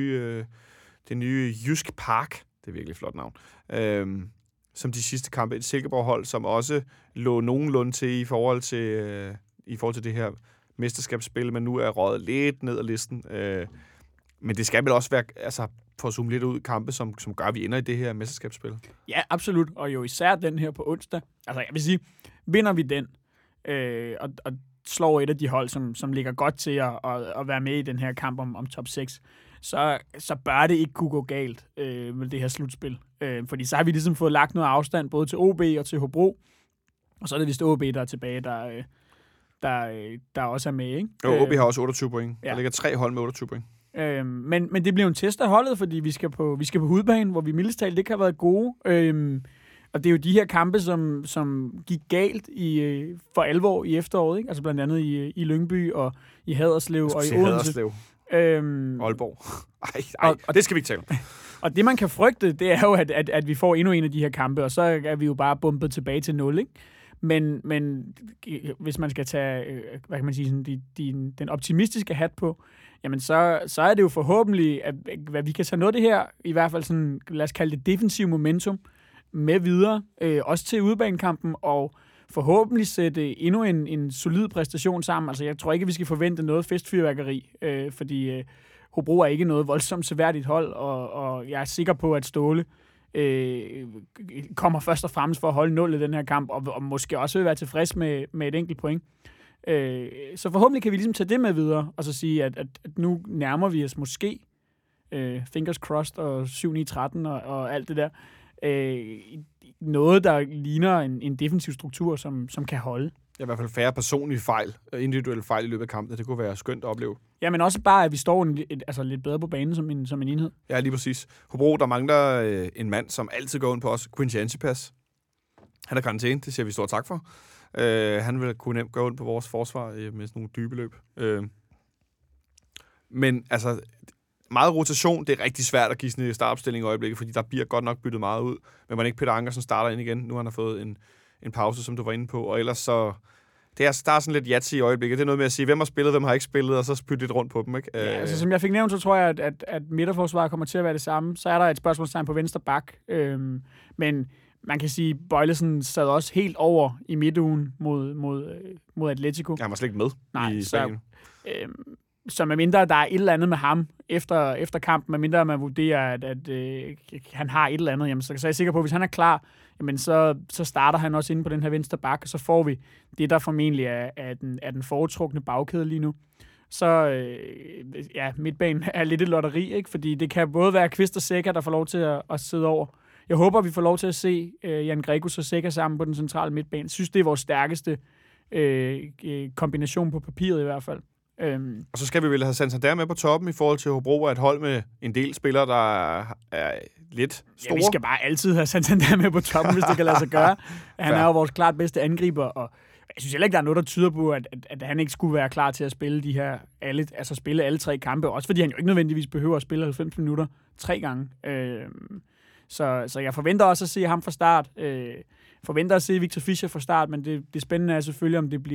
nye Jysk Park. Det er virkelig et flot navn. Som de sidste kampe. Et Silkeborg-hold, som også lå nogenlunde til i forhold til det her mesterskabsspil, men nu er røget lidt ned ad listen. Men det skal vel også være, altså, for at zoome lidt ud, kampe, som gør, at vi ender i det her mesterskabsspil. Ja, absolut. Og jo især den her på onsdag. Altså, jeg vil sige, vinder vi den, og slår et af de hold, som ligger godt til at være med i den her kamp om top 6, så bør det ikke kunne gå galt med det her slutspil. Fordi så har vi ligesom fået lagt noget afstand, både til OB og til Hobro. Og så er det vist OB, der er tilbage, der også er med, ikke? Jo, OB har også 28 point. Ja. Der ligger 3 hold med 28 point. Men det bliver en test af holdet, fordi vi skal på hovedbanen, hvor vi mildest talt ikke har været gode. Og det er jo de her kampe, som gik galt for alvor i efteråret, ikke? Altså blandt andet i Lyngby og i Haderslev og i Odense. Aalborg. Ej, og det skal vi ikke tale om. Og det, man kan frygte, det er jo, at vi får endnu en af de her kampe, og så er vi jo bare bumpet tilbage til 0, ikke? Men hvis man skal tage, hvad kan man sige, sådan, den optimistiske hat på, jamen så er det jo forhåbentlig, at vi kan tage noget af det her, i hvert fald sådan, lad os kalde det defensiv momentum, med videre, også til udebanekampen, og forhåbentlig sætte endnu en solid præstation sammen. Altså jeg tror ikke, vi skal forvente noget festfyrværkeri, fordi Hobro er ikke noget voldsomt seværdigt hold, og jeg er sikker på, at Ståle kommer først og fremmest for at holde 0 i den her kamp, og måske også vil være tilfreds med et enkelt point. Så forhåbentlig kan vi ligesom tage det med videre, og så sige, at nu nærmer vi os måske fingers crossed og 7-9-13 og alt det der. Noget, der ligner en defensiv struktur, som kan holde. I hvert fald færre personlige fejl, individuelle fejl i løbet af kampen. Det kunne være skønt at opleve. Ja, men også bare, at vi står lidt bedre på banen som en enhed. Ja, lige præcis. Hobro, der mangler en mand, som altid går ind på os. Quincy Antipas. Han er karantæne, det siger vi stor tak for. Han vil kunne nemt gå ind på vores forsvar med sådan nogle dybe løb. Men altså, meget rotation, det er rigtig svært at give sådan en startopstilling i øjeblikket, fordi der bliver godt nok byttet meget ud. Men man ikke Peter Ankersen starter ind igen. Nu har han fået en pause, som du var inde på. Og ellers så... Der er sådan lidt jatsi i øjeblikket. Det er noget med at sige, hvem har spillet, hvem har ikke spillet, og så spytte lidt rundt på dem, ikke? Ja, altså, som jeg fik nævnt, så tror jeg, at midterforsvaret kommer til at være det samme. Så er der et spørgsmålstegn på venstre bak. Men man kan sige, Bøjlesen sad også helt over i midtugen mod Atletico. Ja, han var slet ikke med. Nej, i Spanien. Så medmindre der er et eller andet med ham efter kampen, medmindre man vurderer, at han har et eller andet, jamen, så er jeg sikker på, at hvis han er klar, jamen, så starter han også inde på den her venstre bak, og så får vi det, der formentlig er den foretrukne bagkæde lige nu. Så midtbanen er lidt et lotteri, ikke? Fordi det kan både være Kvist og Sækker, der får lov til at sidde over. Jeg håber, vi får lov til at se Jan Gregus og Sækker sammen på den centrale midtbane. Jeg synes, det er vores stærkeste kombination på papiret i hvert fald. Og så skal vi vel have Santander med på toppen i forhold til Hobro, et hold med en del spillere, der er lidt store. Ja, vi skal bare altid have Santander med på toppen, hvis det kan lade sig gøre. Han er jo vores klart bedste angriber, og jeg synes heller ikke, der er noget, der tyder på, at han ikke skulle være klar til at spille spille alle 3 kampe, også fordi han jo ikke nødvendigvis behøver at spille 90 minutter 3 gange. Så jeg forventer også at se ham fra start. Forventer at se Victor Fischer fra start, men det spændende er selvfølgelig,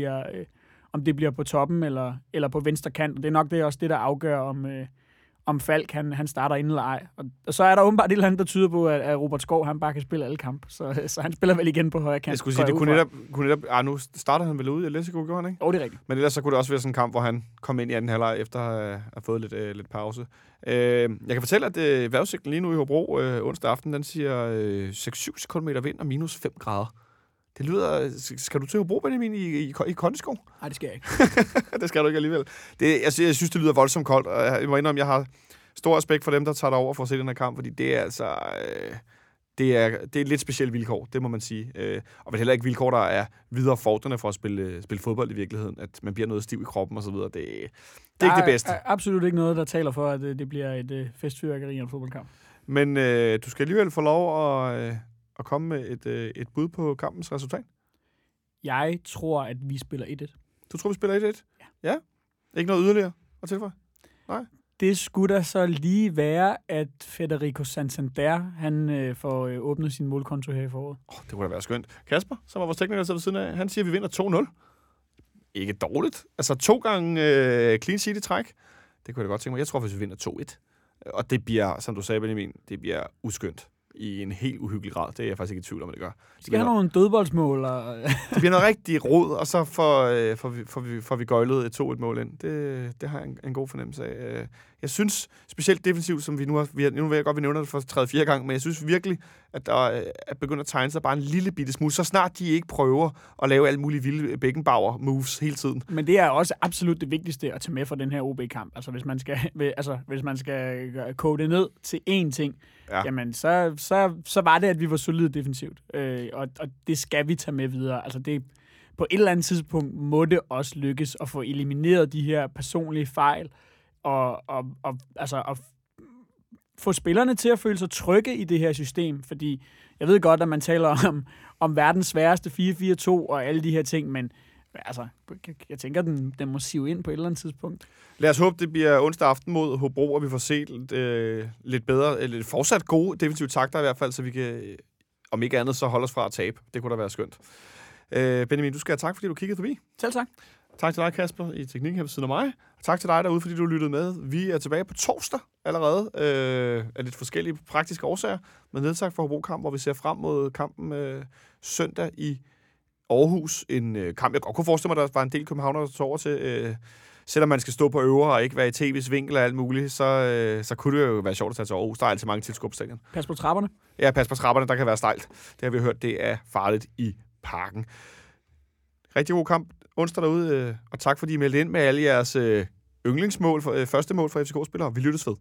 om det bliver på toppen eller på venstre kant. Og det er nok også det, der afgør, om Falk han starter inden eller ej. Og så er der åbenbart et eller andet, der tyder på, at Robert Skov han bare kan spille alle kampe. Så han spiller vel igen på højre kant. Jeg skulle sige, det kunne netop... nu starter han vel ud i Atletico, gjorde han, ikke? Det er rigtigt. Men ellers så kunne det også være sådan en kamp, hvor han kom ind i anden halvleg efter at have fået lidt pause. Jeg kan fortælle, at vejrudsigten lige nu i Hobro onsdag aften, den siger 6-7 sekundmeter vind og minus 5 grader. Det lyder... Skal du til Hobro, Benjamin, i kondisko? Nej, det skal jeg ikke. Det skal du ikke alligevel. Jeg synes, det lyder voldsomt koldt, og jeg må indrømme, jeg har stor respekt for dem, der tager over for at se den her kamp, fordi det er altså... Det er lidt specielt vilkår, det må man sige. Og vel heller ikke vilkår, der er videre fordrende for at spille fodbold i virkeligheden, at man bliver noget stiv i kroppen og så videre. Det er ikke det bedste. Der er absolut ikke noget, der taler for, at det bliver et festfyrværkeri af en fodboldkamp. Men du skal alligevel få lov at komme med et bud på kampens resultat. Jeg tror, at vi spiller 1-1. Du tror, vi spiller 1-1? Ja. Ikke noget yderligere at tilføje? Nej. Det skulle da så lige være, at Federico Santander, han får åbnet sin målkonto her i foråret. Det kunne da være skønt. Kasper, som var vores tekniker, der sidder ved siden af, han siger, at vi vinder 2-0. Ikke dårligt. Altså 2 gange clean sheet i træk. Det kunne jeg da godt tænke mig. Jeg tror, hvis vi vinder 2-1. Og det bliver, som du sagde, Benjamin, det bliver uskønt i en helt uhyggelig grad. Det er jeg faktisk ikke i tvivl om, at det gør. Det skal have nogle dødboldsmål. Og det bliver noget rigtig rod, og så får vi gøjlet et 2-1-mål ind. Det har jeg en god fornemmelse af. Jeg synes, specielt defensivt, som vi nu har... Nu ved jeg godt, vi nævner det for 3-4 gang, men jeg synes virkelig, at der er begyndt at tegne sig bare en lille bitte smule, så snart de ikke prøver at lave alle mulige vilde Beckenbauer-moves hele tiden. Men det er også absolut det vigtigste at tage med for den her OB-kamp. Altså, hvis man skal koge det ned til én ting, jamen, så var det, at vi var solide defensivt. Og det skal vi tage med videre. Altså, det på et eller andet tidspunkt må det også lykkes at få elimineret de her personlige fejl, og få spillerne til at føle sig trygge i det her system, fordi jeg ved godt, at man taler om verdens sværeste 4-4-2 og alle de her ting, men altså, jeg tænker, den må sive ind på et eller andet tidspunkt. Lad os håbe, det bliver onsdag aften mod Hobro, og vi får set lidt bedre, eller fortsat gode defensive takter i hvert fald, så vi kan, om ikke andet, så holde os fra at tabe. Det kunne da være skønt. Benjamin, du skal have tak, fordi du kiggede forbi. Selv tak. Tak til dig, Kasper, i teknikken her ved siden af mig. Tak til dig derude, fordi du lyttede med. Vi er tilbage på torsdag allerede, af lidt forskellige praktiske årsager, med nedsagt for Hobro-kamp, hvor vi ser frem mod kampen søndag i Aarhus. En kamp, jeg godt kunne forestille mig, der var en del københavnere, der tog over til selvom man skal stå på øvre og ikke være i tv's vinkel og alt muligt, så kunne det jo være sjovt at tage til Aarhus. Der er altid mange tilskuere på stadion. Pas på trapperne. Ja, pas på trapperne, der kan være stejlt. Det har vi hørt, det er farligt i parken. Rigtig god kamp onsdag derude, og tak fordi I meldte ind med alle jeres yndlingsmål, første mål for FCK-spillere. Vi lyttes ved.